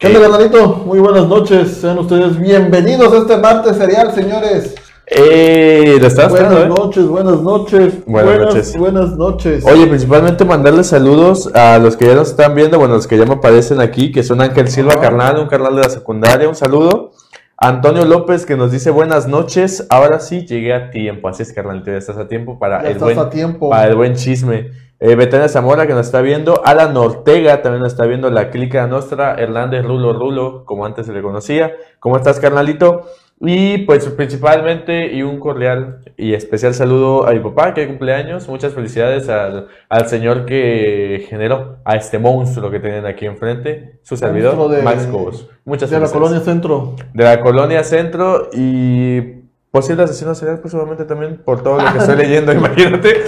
¿Qué onda, carnalito? Muy buenas noches, sean ustedes bienvenidos a este martes serial, señores. ¿Lo estás Buenas noches, buenas noches. Buenas noches. Buenas noches. Oye, principalmente mandarles saludos a los que ya nos están viendo, bueno, los que ya me aparecen aquí, que son Ángel Silva, carnal, un carnal de la secundaria, un saludo. Antonio López, que nos dice buenas noches, ahora sí llegué a tiempo, así es, carnalito, ya estás a tiempo para el buen chisme. Betania Zamora, que nos está viendo, Alan Ortega también nos está viendo, la Clica Nostra, Hernández Rulo, como antes se le conocía. ¿Cómo estás, carnalito? Y pues principalmente y un cordial y especial saludo a mi papá, que cumpleaños. Muchas felicidades al señor que generó a este monstruo que tienen aquí enfrente, su servidor, Max Cobos. Muchas felicidades. De la Colonia Centro. De la Colonia Centro y posible asesino serial, próximamente también, por todo lo que estoy leyendo, imagínate.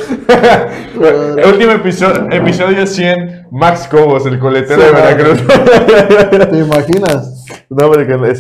El último episodio 100, Max Cobos, el coletero de Veracruz. ¿Te imaginas? No, porque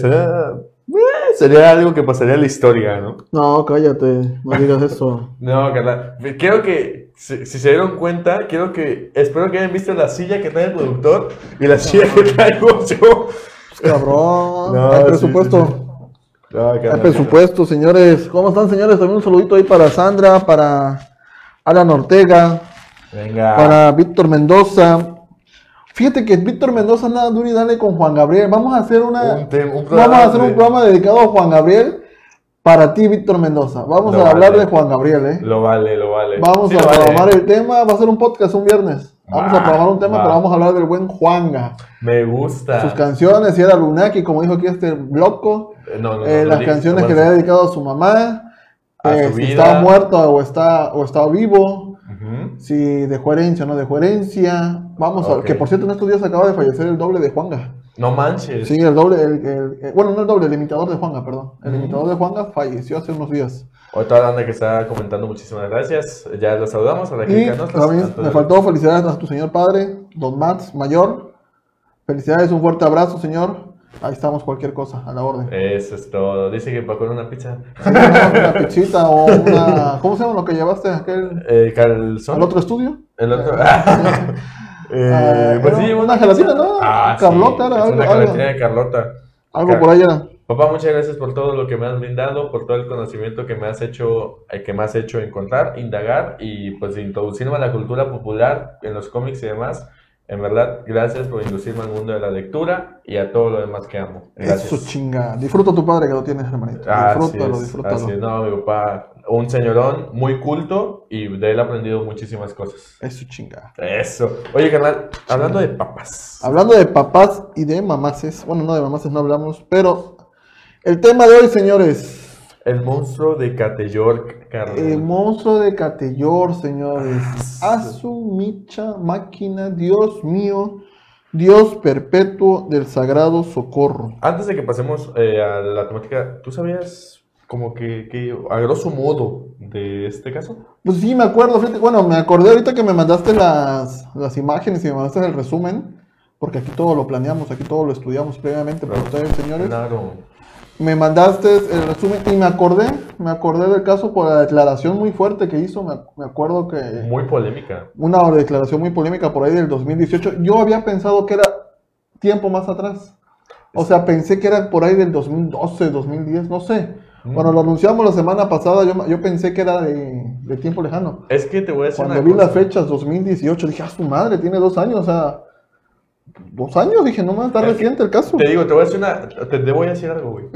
sería algo que pasaría a la historia, ¿no? No, cállate, no digas eso. No, carnal. Quiero que, si se dieron cuenta, espero que hayan visto la silla que trae el productor y la silla que traigo yo. Cabrón, no, hay presupuesto. Sí. No, hay presupuesto, señores. ¿Cómo están, señores? También un saludito ahí para Sandra, para Alan Ortega, venga, para Víctor Mendoza. Fíjate que Víctor Mendoza anda duro y dale con Juan Gabriel. Vamos a hacer un programa dedicado a Juan Gabriel para ti, Víctor Mendoza. Vamos a hablar de Juan Gabriel, ¿eh? Lo vale. Vamos a programar el tema. Va a ser un podcast un viernes. Vamos a programar un tema, pero vamos a hablar del buen Juanga. Me gusta. Sus canciones, si era Lunaki, como dijo aquí este loco. Las canciones que le ha dedicado a su mamá. Si estaba muerto o está vivo. Si dejó herencia o no dejó herencia. Vamos a ver, que por cierto en estos días acaba de fallecer el doble de Juanga. No manches. Sí, el doble, bueno, no el doble, el imitador de Juanga, perdón. El imitador de Juanga falleció hace unos días. Otra banda que está comentando, muchísimas gracias. Ya los saludamos a la y también me faltó felicidades a tu señor padre, don Max Mayor. Felicidades, un fuerte abrazo, señor. Ahí estamos, cualquier cosa, a la orden. Eso es todo. Dice que para comer una pizza. Sí, una pizzita o una... ¿Cómo se llama lo que llevaste aquel? ¿Calzón? ¿Al otro estudio? El otro... pues sí, una gelatina, ¿no? Carlota, sí, era algo. Una gelatina de Carlota. Algo por allá. Papá, muchas gracias por todo lo que me has brindado, por todo el conocimiento que me has hecho encontrar, indagar y pues introducirme a la cultura popular en los cómics y demás. En verdad, gracias por inducirme al mundo de la lectura y a todo lo demás que amo. Gracias. Eso chinga. Disfruta a tu padre que lo tienes, hermanito. Disfrútalo. Así es. No, mi papá, un señorón muy culto y de él he aprendido muchísimas cosas. Eso chinga. Eso. Oye, carnal, hablando de papás. Hablando de papás y de mamaces. Bueno, no de mamaces no hablamos, pero el tema de hoy, señores. El monstruo de Catellor, carnal. El monstruo de Catellor, señores. A su micha máquina, Dios mío, Dios perpetuo del Sagrado Socorro. Antes de que pasemos a la temática, ¿tú sabías como que a grosso modo de este caso? Pues sí, me acuerdo. Bueno, me acordé ahorita que me mandaste las imágenes y me mandaste el resumen, porque aquí todo lo planeamos, aquí todo lo estudiamos previamente para ustedes, señores. Claro. Me mandaste el resumen y me acordé del caso por la declaración muy fuerte que hizo, me acuerdo que... Muy polémica. Una declaración muy polémica por ahí del 2018. Yo había pensado que era tiempo más atrás. O sea, pensé que era por ahí del 2012, 2010, no sé. Cuando lo anunciamos la semana pasada, yo pensé que era de tiempo lejano. Es que te voy a decir Cuando vi las fechas 2018, dije, su madre, tiene 2 años, o sea... 2 años, dije, no más, está reciente el caso. Te digo, te voy a decir algo, güey.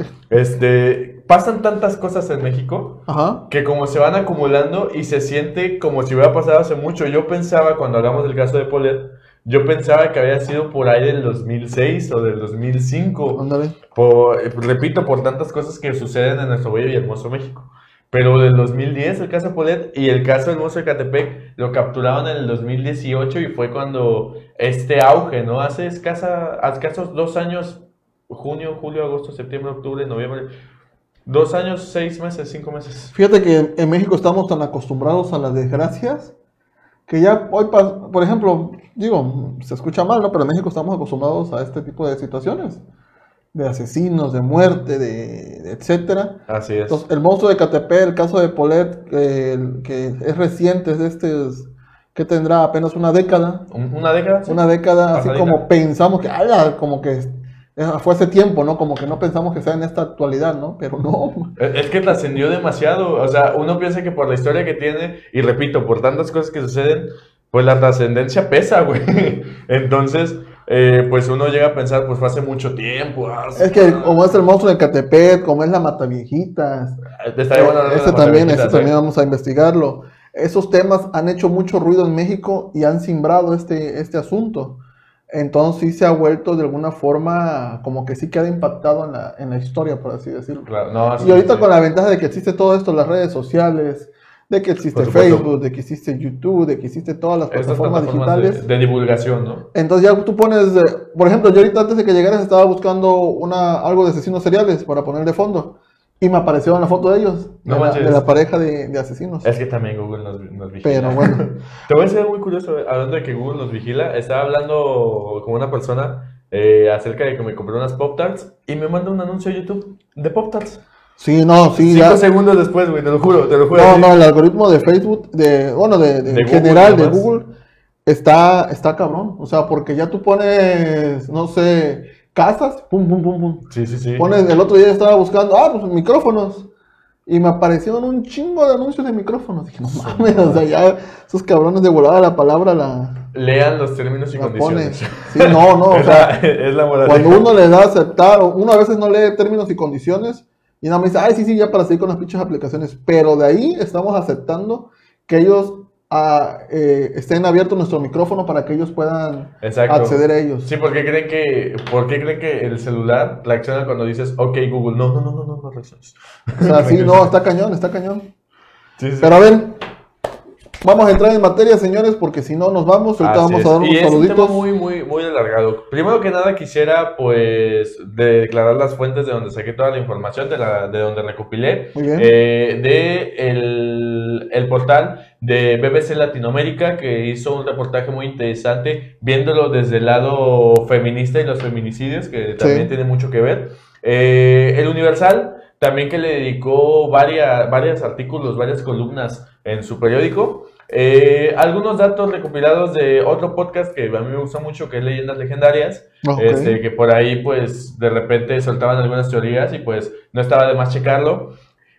Pasan tantas cosas en México que como se van acumulando y se siente como si hubiera pasado hace mucho. Yo pensaba, cuando hablamos del caso de Paulette, yo pensaba que había sido por ahí del 2006 o del 2005. Ándale. Repito, por tantas cosas que suceden en nuestro bello y hermoso México. Pero del 2010, el caso de Paulette y el caso del monstruo de Catepec lo capturaron en el 2018 y fue cuando este auge, ¿no? Hace escasos 2 años, junio, julio, agosto, septiembre, octubre, noviembre, 2 años, 6 meses, 5 meses. Fíjate que en México estamos tan acostumbrados a las desgracias que ya hoy, por ejemplo, digo, se escucha mal, ¿no? Pero en México estamos acostumbrados a este tipo de situaciones. De asesinos, de muerte, de etcétera. Así es. Entonces, el monstruo de Catepec, el caso de Paulette, que es reciente, que tendrá apenas una década. ¿Una década? Sí. Una década, así como pensamos que, como que Fue hace tiempo, ¿no? Como que no pensamos que sea en esta actualidad, ¿no? Pero no. Es que trascendió demasiado. O sea, uno piensa que por la historia que tiene, y repito, por tantas cosas que suceden, pues la trascendencia pesa, güey. Entonces, pues uno llega a pensar, pues fue hace mucho tiempo. Es que como es el monstruo de Ecatepec, como es la Mataviejitas. Ese también vamos a investigarlo. Esos temas han hecho mucho ruido en México y han simbrado este asunto. Entonces sí se ha vuelto de alguna forma como que sí queda impactado en la historia, por así decirlo. Claro, no, y ahorita con la ventaja de que existe todo esto, las redes sociales, de que existe Facebook, de que existe YouTube, de que existe todas las plataformas digitales. De divulgación, ¿no? Entonces ya tú pones, por ejemplo, yo ahorita antes de que llegaras estaba buscando algo de asesinos seriales para poner de fondo. Y me apareció una foto de ellos, de la pareja de asesinos. Es que también Google nos vigila. Pero bueno. Te voy a decir algo muy curioso, hablando de que Google nos vigila. Estaba hablando con una persona acerca de que me compré unas Pop-Tarts y me manda un anuncio a YouTube de Pop-Tarts. Sí, no, sí. 5 segundos después, güey, te lo juro. No, el algoritmo de Facebook, de general de Google, está cabrón. O sea, porque ya tú pones, no sé, casas, pum, pum, pum, pum. Sí. Pones, el otro día estaba buscando, pues micrófonos. Y me aparecieron un chingo de anuncios de micrófonos. Dije, no mames, o sea, ya esos cabrones de volada la palabra lean los términos y condiciones. Sí, no, o sea, es la moraleja. Cuando uno le da a aceptar, uno a veces no lee términos y condiciones, y nada más dice, sí, ya para seguir con las pinches aplicaciones. Pero de ahí estamos aceptando que ellos estén abiertos nuestro micrófono para que ellos puedan acceder a ellos. Sí, ¿por qué creen que el celular reacciona cuando dices, ok, Google? No reacciones. O sea, sí, no, está cañón. Sí. Pero a ver, vamos a entrar en materia, señores, porque si no nos vamos. Ahorita vamos a dar unos saluditos. Es un tema muy alargado. Primero que nada quisiera, pues, declarar las fuentes de donde saqué toda la información, de donde recopilé. Muy bien. El portal de BBC Latinoamérica, que hizo un reportaje muy interesante, viéndolo desde el lado feminista y los feminicidios, que también tiene mucho que ver. El Universal, también, que le dedicó varios artículos, varias columnas en su periódico. Algunos datos recopilados de otro podcast que a mí me gusta mucho, que es Leyendas Legendarias, que por ahí pues de repente soltaban algunas teorías y pues no estaba de más checarlo.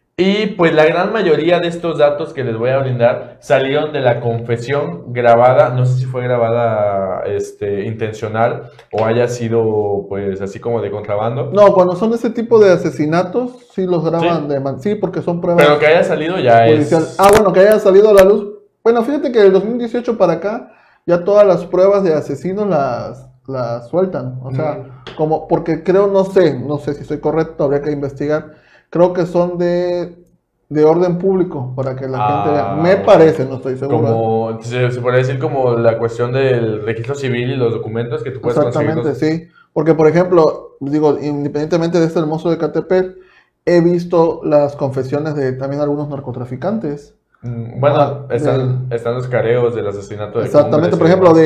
Y pues la gran mayoría de estos datos que les voy a brindar salieron de la confesión grabada, no sé si fue grabada intencional o haya sido pues así como de contrabando. No, cuando son ese tipo de asesinatos, sí los graban sí, porque son pruebas. Pero que haya salido ya policial. Bueno, que haya salido a la luz. Bueno, fíjate que del 2018 para acá ya todas las pruebas de asesinos las sueltan. O sea, como, porque creo, no sé si estoy correcto, habría que investigar. Creo que son de orden público, para que la gente vea. Me parece, no estoy seguro. Como, se podría decir como la cuestión del registro civil y los documentos que tú puedes conseguir. Exactamente, sí. Porque, por ejemplo, digo, independientemente de el monstruo de Ecatepec, he visto las confesiones de también algunos narcotraficantes. Bueno, están los careos del asesinato de Exactamente, por ejemplo,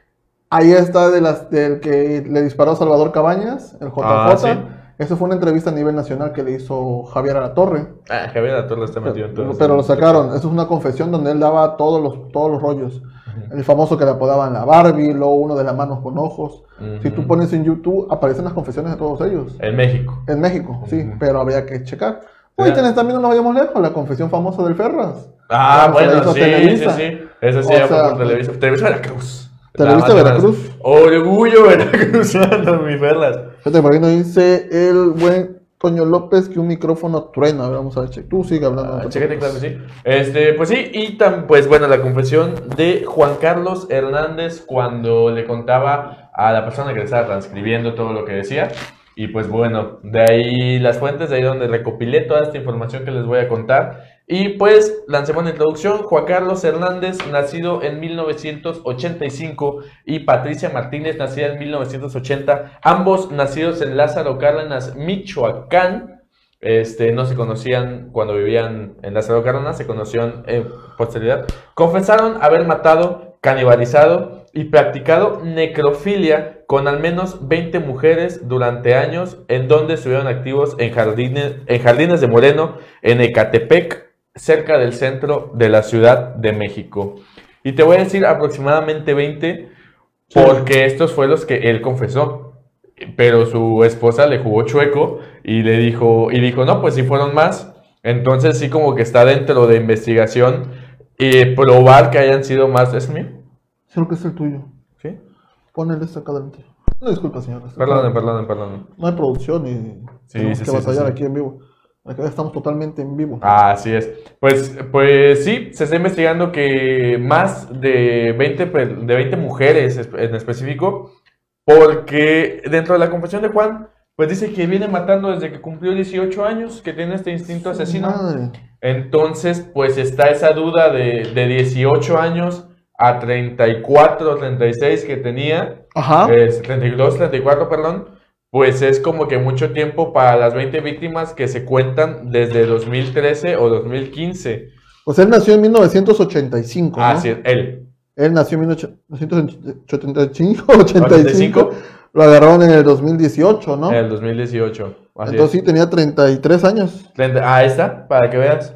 ahí está del que le disparó a Salvador Cabañas, el JJ. Sí. Eso fue una entrevista a nivel nacional que le hizo Javier Alatorre. Javier Alatorre está metido en todo eso. Pero lo sacaron. Eso es una confesión donde él daba todos los rollos. El famoso que le apodaban la Barbie, luego uno de las manos con ojos. Si tú pones en YouTube, aparecen las confesiones de todos ellos. En México. En México, sí, pero habría que checar. Hoy tenés también, no nos vayamos lejos, la confesión famosa del Ferraz. Bueno, sí. Eso sí, por Televisa. Televisa Veracruz. Televisa Veracruz. Orgullo veracruzano, mi Ferraz. Fíjate, por ahí nos dice el buen Toño López que un micrófono truena. A ver, vamos a ver, tú sigue hablando. Chécate, claro que sí. Pues sí, y pues bueno, la confesión de Juan Carlos Hernández cuando le contaba a la persona que le estaba transcribiendo todo lo que decía. Y pues bueno, de ahí las fuentes, de ahí donde recopilé toda esta información que les voy a contar. Y pues, lancemos la introducción. Juan Carlos Hernández, nacido en 1985, y Patricia Martínez, nacida en 1980, ambos nacidos en Lázaro Cárdenas, Michoacán. No se conocían cuando vivían en Lázaro Cárdenas, se conocieron en posteridad. Confesaron haber matado, canibalizado y practicado necrofilia con al menos 20 mujeres durante años, en donde estuvieron activos en Jardines de Moreno, en Ecatepec, cerca del centro de la Ciudad de México. Y te voy a decir aproximadamente 20, porque estos fue los que él confesó. pero su esposa le jugó chueco y dijo, no, pues si fueron más. Entonces sí como que está dentro de investigación probar que hayan sido más. ¿Es mío? Creo que es el tuyo. ¿Sí? Ponele esta acá adelante. No, disculpa, señor. Perdón. No hay producción y tenemos que batallar aquí en vivo. Acá estamos totalmente en vivo. Así es. Pues sí, se está investigando que más de 20 mujeres en específico, porque dentro de la confesión de Juan, pues dice que viene matando desde que cumplió 18 años, que tiene este instinto asesino. Madre. Entonces, pues está esa duda de 18 años a 34, 36 que tenía. Ajá. 32, 34, perdón. Pues es como que mucho tiempo para las 20 víctimas que se cuentan desde 2013 o 2015. Pues él nació en 1985, ¿no? Ah, sí, él. Él nació en 1985, 85. Lo agarraron en el 2018, ¿no? En el 2018. Entonces sí, tenía 33 años. Ahí está, para que veas.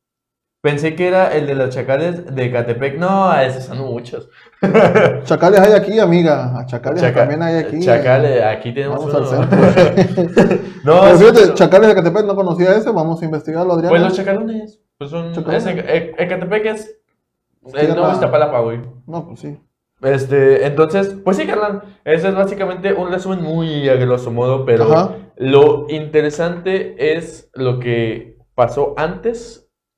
Pensé que era el de los chacales de Ecatepec. No, esos son muchos. Chacales hay aquí, amiga. Chacales también hay aquí. Chacales, aquí tenemos Vamos al centro. No, pero fíjate, Chacales de Ecatepec no conocía ese. Vamos a investigarlo, Adrián. Pues los chacalones. Pues son. Ecatepec es. No, Iztapalapa, güey. No, pues sí. Entonces, pues sí, carnal. Ese es básicamente un resumen muy a grosso modo, pero Ajá. Lo interesante es lo que pasó antes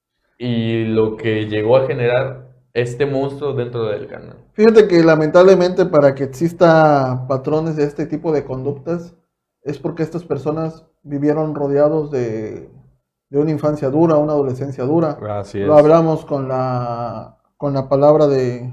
y lo que llegó a generar este monstruo dentro del canal. Fíjate que lamentablemente para que exista patrones de este tipo de conductas es porque estas personas vivieron rodeados de una infancia dura, una adolescencia dura. Así es. Lo hablamos con la palabra de...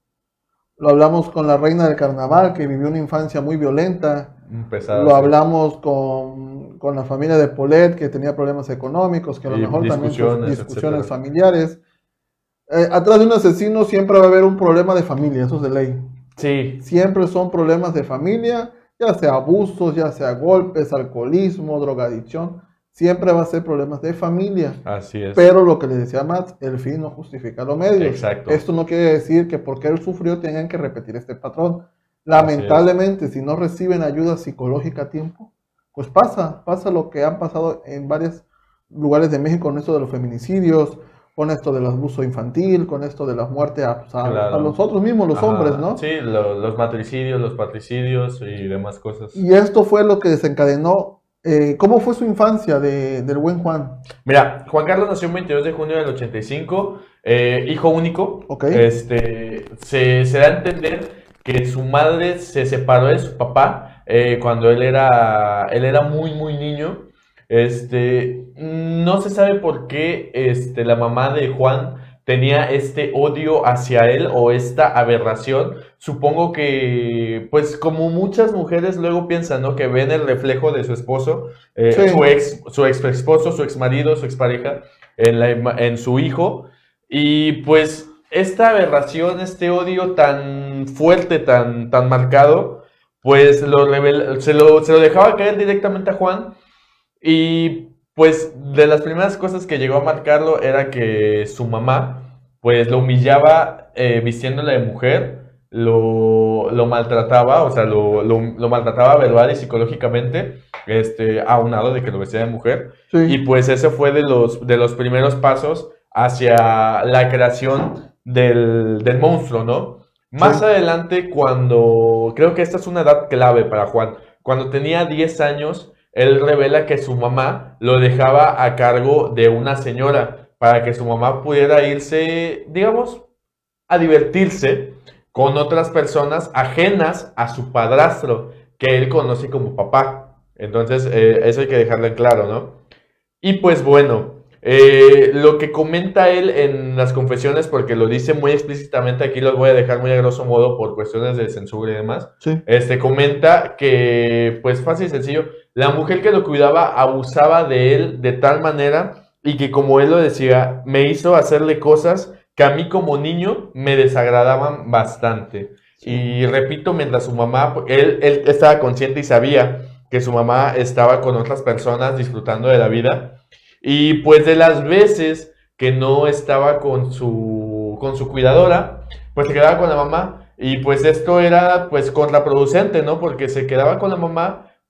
Lo hablamos con la reina del carnaval, que vivió una infancia muy violenta. Pesada, lo hablamos con la familia de Paulette, que tenía problemas económicos, que a lo mejor también sus discusiones familiares. Atrás de un asesino siempre va a haber un problema de familia, eso es de ley. Sí. Siempre son problemas de familia, ya sea abusos, ya sea golpes, alcoholismo, drogadicción. Siempre va a ser problemas de familia. Así es. Pero lo que le decía Matt, el fin no justifica los medios. Exacto. Esto no quiere decir que porque él sufrió tengan que repetir este patrón. Lamentablemente, si no reciben ayuda psicológica a tiempo, pues pasa lo que han pasado en varios lugares de México con esto de los feminicidios, con esto del abuso infantil, con esto de las muertes a nosotros mismos, los hombres, ¿no? Sí, los matricidios, los patricidios y demás cosas. Y esto fue lo que desencadenó. ¿Cómo fue su infancia del buen Juan? Mira, Juan Carlos nació el 22 de junio del 85, hijo único. Okay. Se da a entender que su madre se separó de su papá cuando él era muy, muy niño. No se sabe por qué la mamá de Juan tenía este odio hacia él o esta aberración. Supongo que, pues como muchas mujeres luego piensan, ¿no? Que ven el reflejo de su esposo, sí. su ex esposo, su ex marido, su ex pareja en su hijo. Y pues esta aberración, este odio tan fuerte, tan marcado, pues se lo dejaba caer directamente a Juan. Y pues de las primeras cosas que llegó a marcarlo era que su mamá pues lo humillaba vistiéndole de mujer, lo maltrataba, o sea, lo maltrataba verbal y psicológicamente, aunado de que lo vestía de mujer. Sí. Y pues ese fue de los primeros pasos hacia la creación del monstruo, ¿no? Más adelante, creo que esta es una edad clave para Juan, cuando tenía 10 años, él revela que su mamá lo dejaba a cargo de una señora para que su mamá pudiera irse, digamos, a divertirse con otras personas ajenas a su padrastro, que él conoce como papá. Entonces, eso hay que dejarlo en claro, ¿no? Y pues bueno, lo que comenta él en las confesiones, porque lo dice muy explícitamente, aquí lo voy a dejar muy a grosso modo por cuestiones de censura y demás, sí. Comenta que, pues fácil y sencillo, la mujer que lo cuidaba abusaba de él de tal manera y que, como él lo decía, me hizo hacerle cosas que a mí como niño me desagradaban bastante. Sí. Y repito, mientras su mamá, él estaba consciente y sabía que su mamá estaba con otras personas disfrutando de la vida. Y pues de las veces que no estaba con su cuidadora, pues se quedaba con la mamá. Y pues esto era pues contraproducente, ¿no? Porque se quedaba con la mamá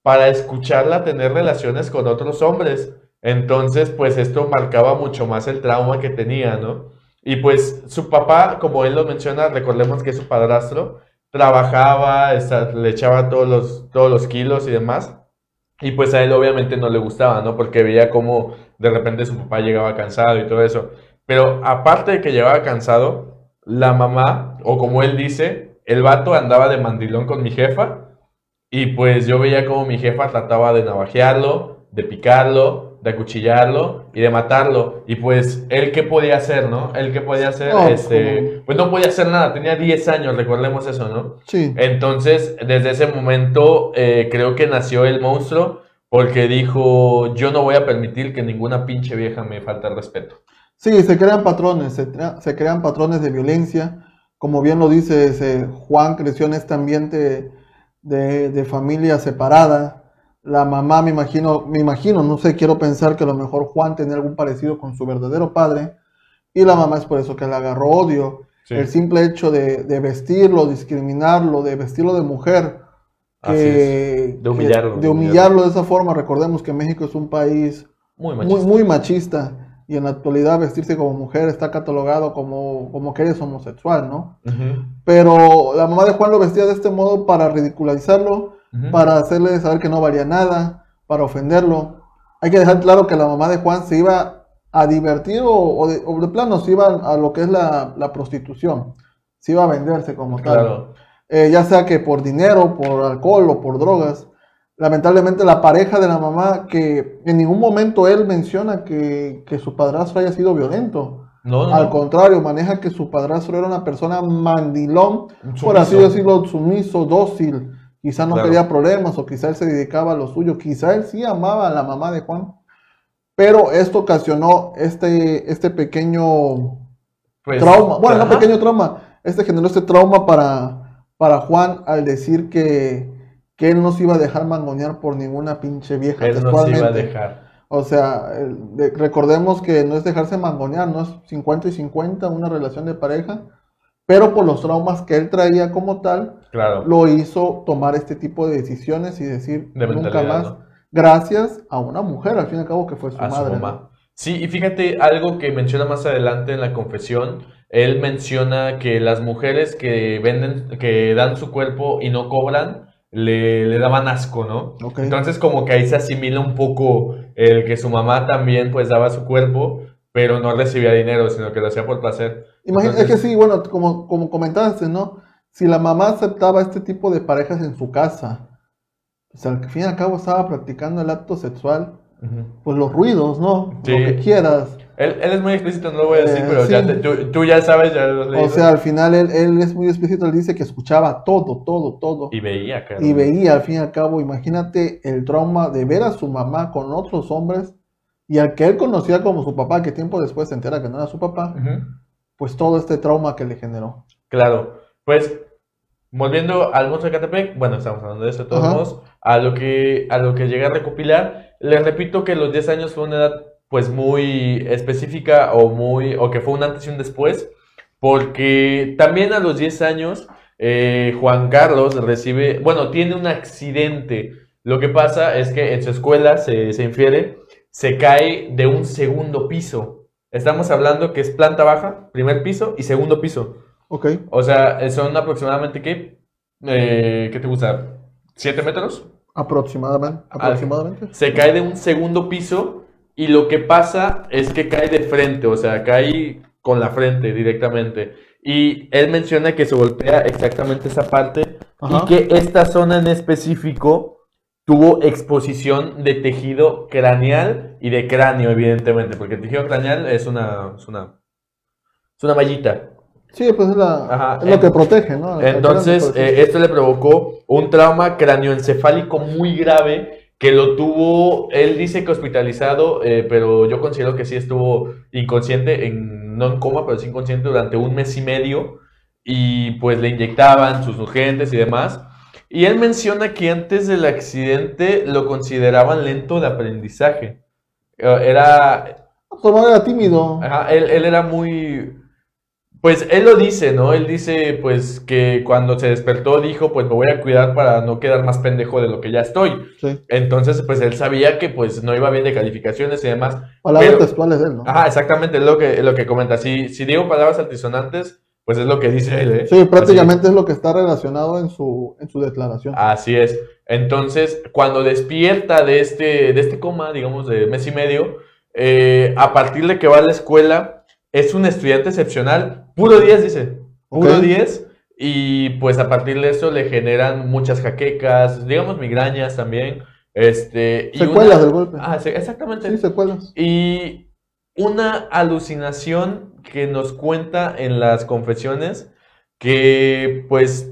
para escucharla tener relaciones con otros hombres. Entonces, pues esto marcaba mucho más el trauma que tenía, ¿no? Y pues su papá, como él lo menciona, recordemos que su padrastro trabajaba, le echaba todos los kilos y demás. Y pues a él obviamente no le gustaba, ¿no? Porque veía como de repente su papá llegaba cansado y todo eso. Pero aparte de que llegaba cansado, la mamá, o como él dice, el vato andaba de mandilón con mi jefa. Y pues yo veía como mi jefa trataba de navajearlo, de picarlo, de acuchillarlo y de matarlo. Y pues, ¿él qué podía hacer, no? Él qué podía hacer, pues no podía hacer nada, tenía 10 años, recordemos eso, ¿no? Sí. Entonces, desde ese momento, creo que nació el monstruo, porque dijo, yo no voy a permitir que ninguna pinche vieja me falte el respeto. Sí, se crean patrones, se crean patrones de violencia. Como bien lo dices, Juan creció en este ambiente de familia separada. La mamá, me imagino, no sé, quiero pensar que a lo mejor Juan tenía algún parecido con su verdadero padre, y la mamá es por eso que le agarró odio. Sí. El simple hecho de vestirlo, discriminarlo, de vestirlo de mujer, de humillarlo de esa forma. Recordemos que México es un país muy machista. Y en la actualidad vestirse como mujer está catalogado como que eres homosexual, ¿no? Pero la mamá de Juan lo vestía de este modo para ridiculizarlo, para hacerle saber que no valía nada, para ofenderlo. Hay que dejar claro que la mamá de Juan se iba a divertir o de plano se iba a lo que es la prostitución. Se iba a venderse como tal. Ya sea que por dinero, por alcohol o por drogas. Lamentablemente la pareja de la mamá, que en ningún momento él menciona que su padrastro haya sido violento. Al contrario, maneja que su padrastro era una persona mandilón, por así decirlo, sumiso, dócil. Quizá no quería problemas o quizá él se dedicaba a lo suyo. Quizá él sí amaba a la mamá de Juan. Pero esto ocasionó este pequeño trauma. Bueno, no pequeño trauma. Generó este trauma para Juan al decir que él no se iba a dejar mangonear por ninguna pinche vieja. Él no se iba a dejar. O sea, recordemos que no es dejarse mangonear, no es 50 y 50 una relación de pareja, pero por los traumas que él traía como tal, lo hizo tomar este tipo de decisiones y decir nunca más, ¿no? Gracias a una mujer, al fin y al cabo, que fue su madre. Su mamá. Sí, y fíjate algo que menciona más adelante en la confesión. Él menciona que las mujeres que dan su cuerpo y no cobran, le daban asco, ¿no? Entonces como que ahí se asimila un poco el que su mamá también pues daba su cuerpo, pero no recibía dinero, sino que lo hacía por placer. Imagínate, es que sí, bueno, como comentaste, ¿no? Si la mamá aceptaba este tipo de parejas en su casa, pues al fin y al cabo estaba practicando el acto sexual, pues los ruidos, ¿no? Sí. Lo que quieras. Él es muy explícito, no lo voy a decir, pero sí. Tú ya sabes, ya lo has leído. O sea, al final él es muy explícito, él dice que escuchaba todo. Y veía, claro. Y veía, al fin y al cabo, imagínate el trauma de ver a su mamá con otros hombres y al que él conocía como su papá, que tiempo después se entera que no era su papá, pues todo este trauma que le generó. Claro, pues volviendo al monstruo de Ecatepec, bueno, estamos hablando de eso de todos modos, a lo que llegué a recopilar, les repito que los 10 años fue una edad pues muy específica o que fue un antes y un después, porque también a los 10 años Juan Carlos tiene un accidente. Lo que pasa es que en su escuela se infiere, se cae de un segundo piso. Estamos hablando que es planta baja, primer piso y segundo piso. O sea, son aproximadamente, ¿qué te gusta? ¿7 metros? Aproximadamente. Se cae de un segundo piso y lo que pasa es que cae de frente, o sea, cae con la frente directamente. Y él menciona que se golpea exactamente esa parte y que esta zona en específico tuvo exposición de tejido craneal y de cráneo, evidentemente, porque el tejido craneal es una mallita. Sí, pues es lo que protege, ¿no? Entonces, esto le provocó un trauma cráneoencefálico muy grave que lo tuvo, él dice que hospitalizado, pero yo considero que sí estuvo inconsciente, no en coma, pero sí inconsciente durante 1 mes y medio, y pues le inyectaban sus urgentes y demás. Y él menciona que antes del accidente lo consideraban lento de aprendizaje. Era tímido. Él era muy... Pues él lo dice, ¿no? Él dice, pues, que cuando se despertó dijo, pues, me voy a cuidar para no quedar más pendejo de lo que ya estoy. Sí. Entonces, pues, él sabía que, pues, no iba bien de calificaciones y demás. Palabras textuales de él, ¿no? Ajá, exactamente, es lo que comenta. Si digo palabras altisonantes, pues es lo que dice él, ¿eh? Sí, prácticamente es lo que está relacionado en su declaración. Así es. Entonces, cuando despierta de este coma, digamos, de mes y medio, a partir de que va a la escuela, es un estudiante excepcional, puro 10, dice, puro 10, y pues a partir de eso le generan muchas jaquecas, digamos migrañas también, secuelas del golpe. Exactamente. Sí, secuelas. Y una alucinación que nos cuenta en las confesiones, que pues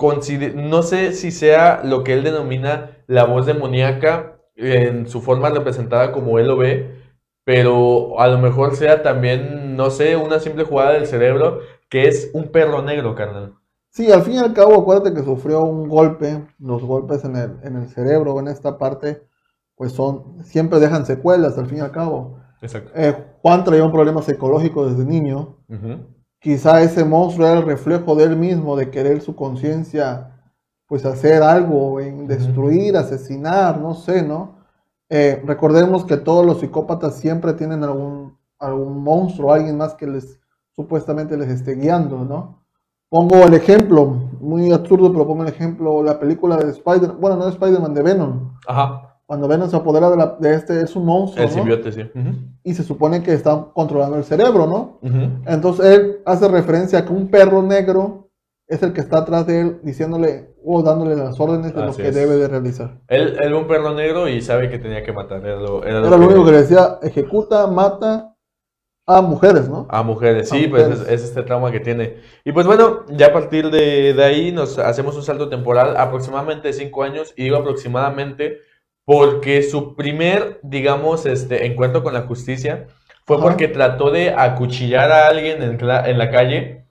no sé si sea lo que él denomina la voz demoníaca en su forma representada como él lo ve, pero a lo mejor sea también, no sé, una simple jugada del cerebro, que es un perro negro, carnal. Sí, al fin y al cabo, acuérdate que sufrió un golpe, los golpes en el cerebro, en esta parte, pues siempre dejan secuelas, al fin y al cabo. Exacto. Juan traía un problema psicológico desde niño. Quizá ese monstruo era el reflejo de él mismo, de querer su conciencia, pues hacer algo, destruir, asesinar, no sé, ¿no? Recordemos que todos los psicópatas siempre tienen algún monstruo, alguien más que supuestamente les esté guiando, ¿no? Pongo el ejemplo, muy absurdo, pero pongo el ejemplo, la película de no de Spider-Man, de Venom. Ajá. Cuando Venom se apodera es un monstruo, el simbionte, sí. Y se supone que está controlando el cerebro, ¿no? Entonces él hace referencia a que un perro negro es el que está atrás de él diciéndole o dándole las órdenes de lo que debe de realizar. Él ve un perro negro y sabe que tenía que matar. Era lo único que le decía, ejecuta, mata a mujeres, ¿no? A mujeres, sí, pues es este trauma que tiene. Y pues bueno, ya a partir de ahí nos hacemos un salto temporal aproximadamente 5 años, y digo aproximadamente porque su primer, digamos, encuentro con la justicia fue porque trató de acuchillar a alguien en la calle,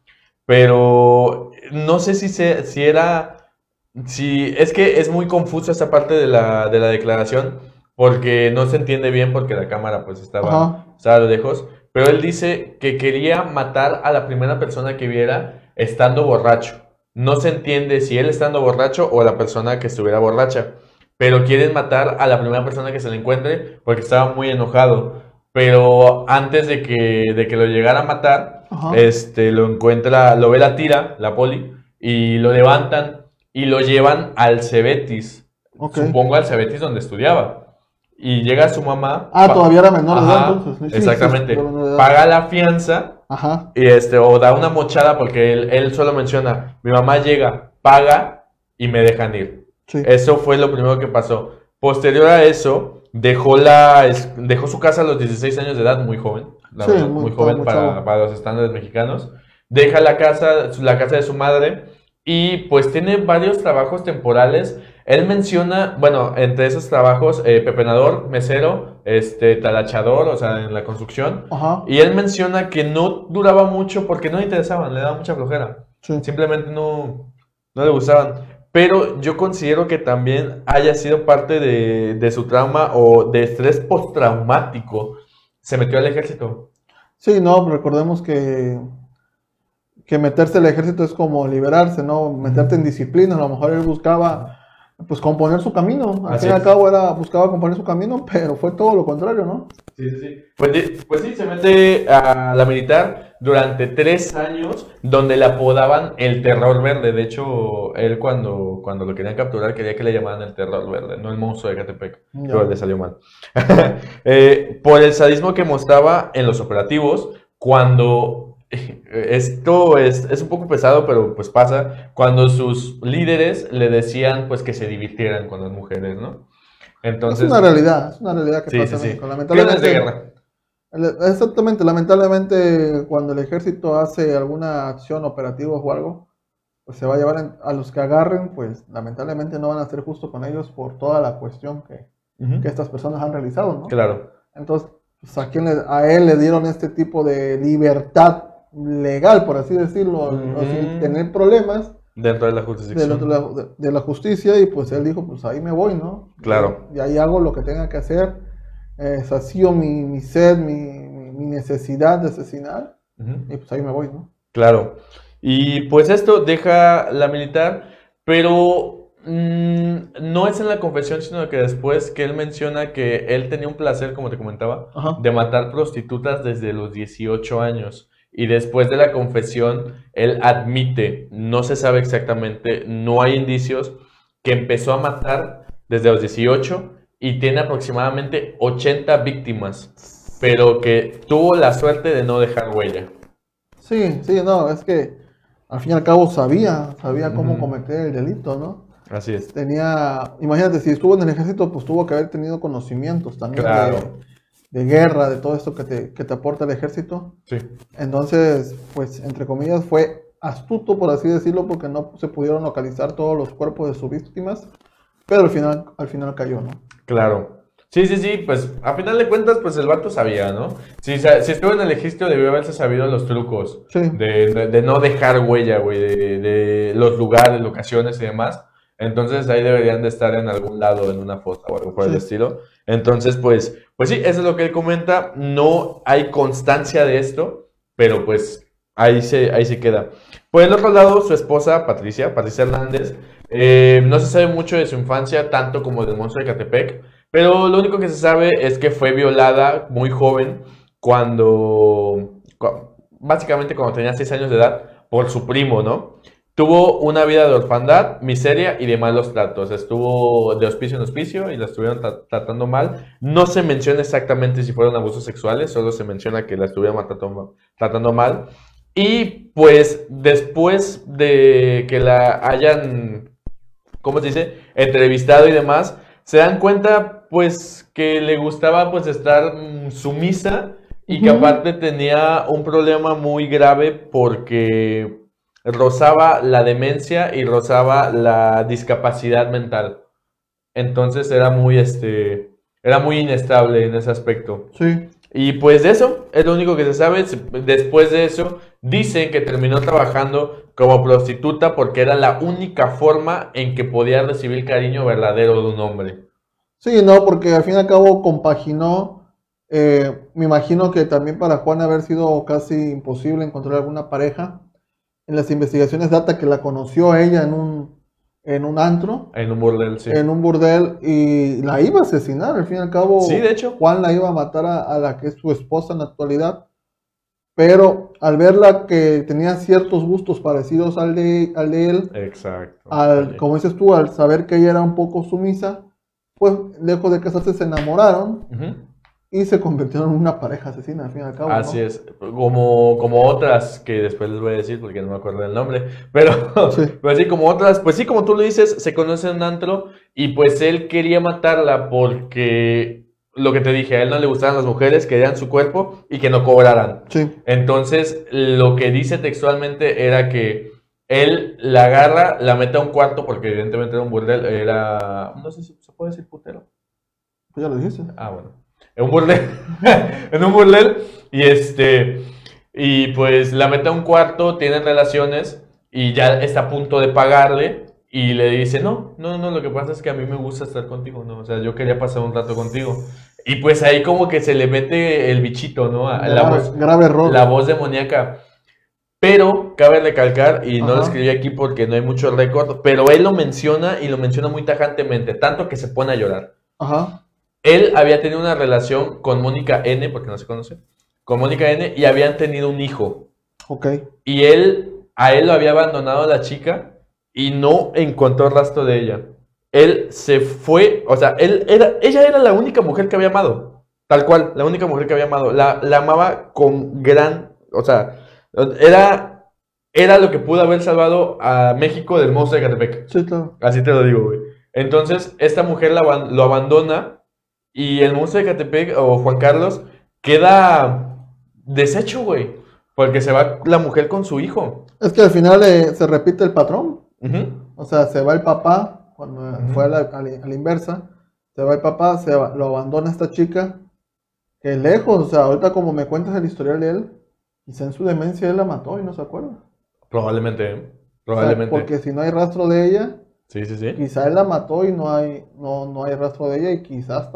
pero no sé si es que es muy confuso esa parte de la declaración, porque no se entiende bien porque la cámara pues estaba a lo lejos, pero él dice que quería matar a la primera persona que viera estando borracho. No se entiende si él estando borracho o la persona que estuviera borracha, pero quieren matar a la primera persona que se le encuentre porque estaba muy enojado. Pero antes de que lo llegara a matar, lo ve la tira, la poli, y lo levantan y lo llevan al Cebetis. Supongo al Cebetis donde estudiaba. Y llega su mamá. Todavía era menor de edad, entonces. Exactamente. Paga la fianza. Y o da una mochada porque él solo menciona, mi mamá llega, paga y me dejan ir. Sí. Eso fue lo primero que pasó. Posterior a eso, dejó su casa a los 16 años de edad, muy joven. Muy joven para los estándares mexicanos. Deja la casa de su madre, y pues tiene varios trabajos temporales. Él menciona, bueno, entre esos trabajos, pepenador, mesero, talachador, o sea, en la construcción. Y él menciona que no duraba mucho porque no le interesaban, le daba mucha flojera. Sí. Simplemente no le gustaban. Pero yo considero que también haya sido parte de su trauma o de estrés postraumático. Se metió al ejército. Sí, no, recordemos que meterse al ejército es como liberarse, ¿no? Meterte en disciplina. A lo mejor él buscaba pues componer su camino. Al fin y al cabo buscaba componer su camino, pero fue todo lo contrario, ¿no? Sí. Pues sí, se mete a la militar durante 3 años, donde le apodaban el Terror Verde. De hecho, él cuando lo querían capturar quería que le llamaran el Terror Verde, no el monstruo de Ecatepec. Pero le salió mal. Por el sadismo que mostraba en los operativos, cuando... Esto es un poco pesado, pero pues pasa cuando sus líderes le decían pues que se divirtieran con las mujeres, ¿no? Entonces, es una realidad que pasa en México. Lamentablemente, de guerra. Exactamente, lamentablemente cuando el ejército hace alguna acción operativa o algo, pues se va a llevar a los que agarren, pues lamentablemente no van a ser justos con ellos por toda la cuestión que estas personas han realizado, ¿no? Claro. Entonces, pues, a él le dieron este tipo de libertad legal, por así decirlo, sin tener problemas dentro de la jurisdicción de la justicia, y pues él dijo, pues ahí me voy, ¿no? Claro. Y ahí hago lo que tenga que hacer, sacio mi sed, mi necesidad de asesinar, y pues ahí me voy, ¿no? Claro. Y pues esto deja la militar, pero no es en la confesión, sino que después que él menciona que él tenía un placer, como te comentaba, de matar prostitutas desde los 18 años. Y después de la confesión, él admite, no se sabe exactamente, no hay indicios, que empezó a matar desde los 18 y tiene aproximadamente 80 víctimas, pero que tuvo la suerte de no dejar huella. Sí, sí, no, es que al fin y al cabo sabía cómo cometer el delito, ¿no? Así es. Imagínate, si estuvo en el ejército, pues tuvo que haber tenido conocimientos también de guerra, de todo esto que te aporta el ejército. Sí. Entonces, pues, entre comillas, fue astuto, por así decirlo, porque no se pudieron localizar todos los cuerpos de sus víctimas, pero al final cayó, ¿no? Claro. Sí, pues a final de cuentas, pues el vato sabía, ¿no? Si estuvo en el ejército, debió haberse sabido los trucos de no dejar huella, güey, de los lugares, locaciones y demás. Entonces ahí deberían de estar en algún lado, en una foto o algo por el estilo. Entonces, pues sí, eso es lo que él comenta. No hay constancia de esto, pero pues ahí se queda. Por el otro lado, su esposa, Patricia Hernández, no se sabe mucho de su infancia, tanto como del monstruo de Ecatepec. Pero lo único que se sabe es que fue violada muy joven, básicamente cuando tenía 6 años de edad, por su primo, ¿no? Tuvo una vida de orfandad, miseria y de malos tratos. Estuvo de hospicio en hospicio y la estuvieron tratando mal. No se menciona exactamente si fueron abusos sexuales, solo se menciona que la estuvieron tratando mal. Y pues después de que la hayan, ¿cómo se dice?, entrevistado y demás, se dan cuenta pues que le gustaba pues estar sumisa y que aparte tenía un problema muy grave porque rozaba la demencia y rozaba la discapacidad mental. Entonces era muy inestable en ese aspecto. Sí. Y pues de eso es lo único que se sabe. Después de eso dicen que terminó trabajando como prostituta porque era la única forma en que podía recibir cariño verdadero de un hombre. Sí, no, porque al fin y al cabo compaginó, me imagino que también para Juan haber sido casi imposible encontrar alguna pareja. En las investigaciones data que la conoció ella en un antro. En un burdel, sí. En un burdel y la iba a asesinar, al fin y al cabo. Sí, de hecho. Juan la iba a matar a la que es su esposa en la actualidad. Pero al verla que tenía ciertos gustos parecidos al de él. Exacto. Como dices tú, al saber que ella era un poco sumisa, pues lejos de casarse se enamoraron. Y se convirtieron en una pareja asesina, al fin y al cabo. Así es, como otras que después les voy a decir porque no me acuerdo del nombre, pero sí. Pero sí, como otras, pues sí, como tú lo dices, se conocen en un antro y pues él quería matarla porque lo que te dije, a él no le gustaban las mujeres, querían su cuerpo y que no cobraran. Sí. Entonces, lo que dice textualmente era que él la agarra, la mete a un cuarto porque evidentemente era un burdel, no sé si se puede decir putero. Pues ya lo dijiste. Ah, bueno. En un burdel, en un burdel, y pues la mete a un cuarto, tienen relaciones y ya está a punto de pagarle y le dice, no, lo que pasa es que a mí me gusta estar contigo, no, o sea, yo quería pasar un rato contigo. Y pues ahí como que se le mete el bichito, ¿no? Grave error. La voz demoníaca. Pero cabe recalcar, y no lo escribí aquí porque no hay mucho récord, pero él lo menciona y lo menciona muy tajantemente, tanto que se pone a llorar. Ajá. Él había tenido una relación con Mónica N, porque no se conoce, con Mónica N, y habían tenido un hijo. Ok. Y a él lo había abandonado la chica y no encontró rastro de ella. Él se fue, o sea, ella era la única mujer que había amado. Tal cual, la única mujer que había amado. La amaba con o sea, era lo que pudo haber salvado a México del monstruo de Ecatepec. Sí, claro. Así te lo digo, güey. Entonces, esta mujer lo abandona. Y el monstruo de Ecatepec, o Juan Carlos, queda deshecho, güey. Porque se va la mujer con su hijo. Es que al final se repite el patrón. O sea, se va el papá, cuando fue a la inversa. Se va el papá, lo abandona esta chica. Que lejos, o sea, ahorita como me cuentas el historial de él, quizá en su demencia él la mató y no se acuerda. Probablemente. O sea, porque si no hay rastro de ella, sí. Quizá él la mató y no hay rastro de ella y quizás hasta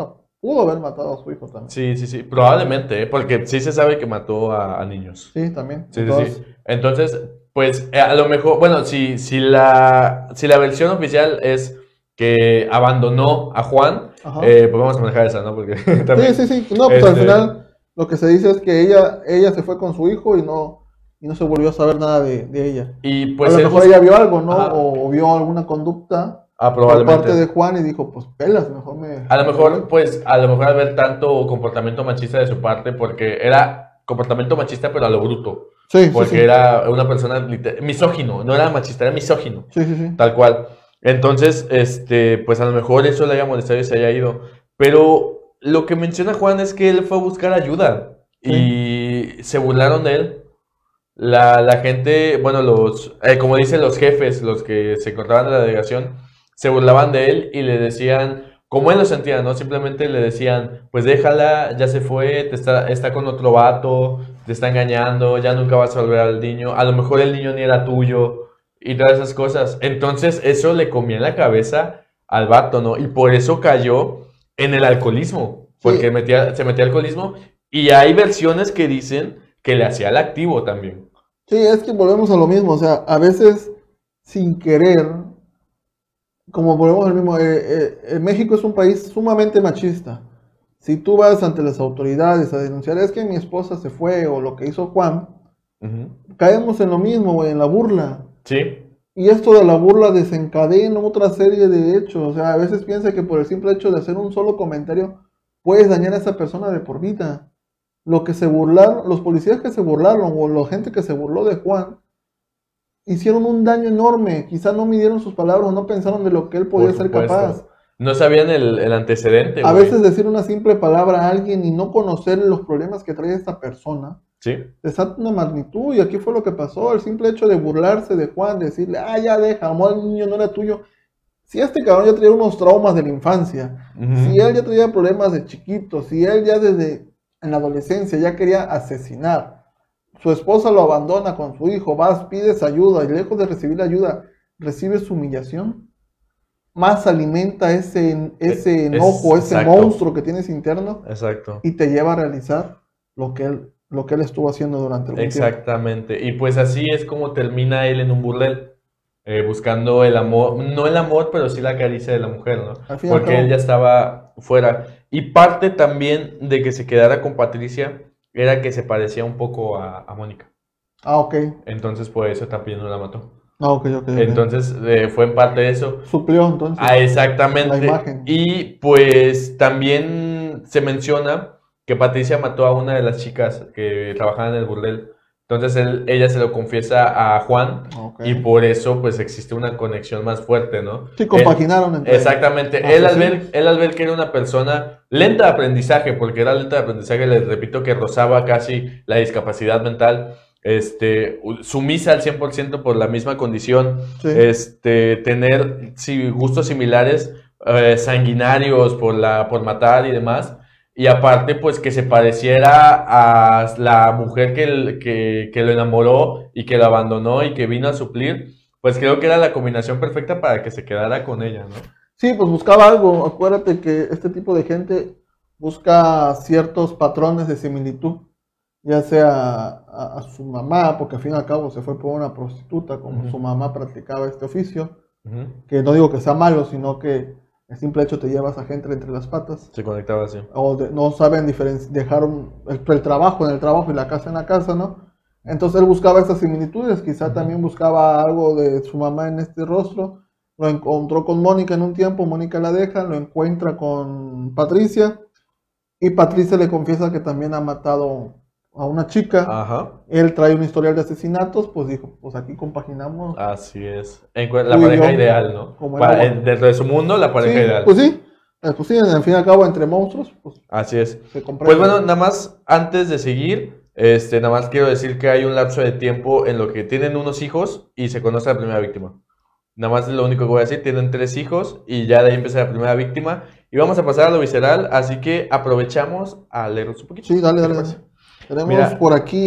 pudo haber matado a su hijo también. Sí, probablemente, porque sí se sabe que mató a niños. Sí, también. Sí. Entonces, pues a lo mejor, bueno, si la versión oficial es que abandonó a Juan, pues vamos a manejar esa, ¿no? Porque también, sí. No, pues al final lo que se dice es que ella se fue con su hijo y no se volvió a saber nada de ella. Y pues a lo mejor ella vio algo, ¿no? O vio alguna conducta por parte de Juan y dijo, pues pelas, mejor me... A lo mejor, pues, al ver tanto comportamiento machista de su parte, porque era comportamiento machista pero a lo bruto. Sí, porque era una persona misógino, no era machista, era misógino. Sí. Tal cual. Entonces, pues a lo mejor eso le haya molestado y se haya ido. Pero lo que menciona Juan es que él fue a buscar ayuda y se burlaron de él. La gente, bueno, como dicen los jefes, los que se encontraban en la delegación, se burlaban de él y le decían, como él lo sentía, ¿no? Simplemente le decían, pues déjala, ya se fue, está con otro vato, te está engañando, ya nunca vas a volver al niño, a lo mejor el niño ni era tuyo, y todas esas cosas. Entonces eso le comía en la cabeza al vato, ¿no? Y por eso cayó en el alcoholismo, porque se metía al alcoholismo, y hay versiones que dicen que le hacía el activo también. Sí, es que volvemos a lo mismo, o sea, a veces sin querer, como volvemos al mismo, México es un país sumamente machista. Si tú vas ante las autoridades a denunciar, es que mi esposa se fue o lo que hizo Juan, caemos en lo mismo, güey, en la burla. Sí. Y esto de la burla desencadena otra serie de hechos. O sea, a veces piensa que por el simple hecho de hacer un solo comentario puedes dañar a esa persona de por vida. Lo que se burlaron, los policías que se burlaron o la gente que se burló de Juan hicieron un daño enorme. Quizás no midieron sus palabras o no pensaron de lo que él podía ser capaz. No sabían el antecedente. A veces decir una simple palabra a alguien y no conocer los problemas que trae esta persona desata una magnitud. Y aquí fue lo que pasó. El simple hecho de burlarse de Juan, decirle, ya deja, amor, el niño no era tuyo. Si este cabrón ya traía unos traumas de la infancia, si él ya traía problemas de chiquito, si él ya desde en la adolescencia ya quería asesinar, su esposa lo abandona con su hijo, vas, pides ayuda y lejos de recibir ayuda, recibes humillación, más alimenta ese enojo, ese monstruo que tienes interno y te lleva a realizar lo que él estuvo haciendo durante el tiempo. Exactamente, y pues así es como termina él en un burdel, buscando el amor, no el amor, pero sí la caricia de la mujer, ¿no? Porque él ya estaba fuera. Y parte también de que se quedara con Patricia era que se parecía un poco a Mónica. Ok. Entonces, por eso también no la mató. Ok. Entonces, fue en parte de eso. Suplió, entonces. Exactamente. La imagen. Y pues también se menciona que Patricia mató a una de las chicas que trabajaban en el burdel. Entonces ella se lo confiesa a Juan y por eso pues existe una conexión más fuerte, ¿no? Sí, compaginaron entre exactamente. Él al ver que era una persona lenta de aprendizaje, porque era lenta de aprendizaje, les repito que rozaba casi la discapacidad mental, sumisa al 100% por la misma condición, tener gustos similares, sanguinarios por matar y demás. Y aparte, pues, que se pareciera a la mujer que lo enamoró y que lo abandonó y que vino a suplir, pues creo que era la combinación perfecta para que se quedara con ella, ¿no? Sí, pues buscaba algo. Acuérdate que este tipo de gente busca ciertos patrones de similitud, ya sea a su mamá, porque al fin y al cabo se fue por una prostituta, como su mamá practicaba este oficio, que no digo que sea malo, sino que el simple hecho te llevas a gente entre las patas. Se conectaba así. O no saben dejaron el trabajo en el trabajo y la casa en la casa, ¿no? Entonces él buscaba esas similitudes, quizá también buscaba algo de su mamá en este rostro. Lo encontró con Mónica en un tiempo, Mónica la deja, lo encuentra con Patricia y Patricia le confiesa que también ha matado a una chica. Ajá. Él trae un historial de asesinatos, pues dijo, pues aquí compaginamos. Así es. La pareja ideal, ¿no? Dentro de su mundo, la pareja ideal. Pues sí, al fin y al cabo, entre monstruos, pues. Así es. Pues bueno, nada más, antes de seguir, nada más quiero decir que hay un lapso de tiempo en lo que tienen unos hijos y se conoce a la primera víctima. Nada más es lo único que voy a decir, tienen 3 hijos y ya de ahí empieza la primera víctima. Y vamos a pasar a lo visceral, así que aprovechamos a leerlos un poquito. Sí, dale. Tenemos por aquí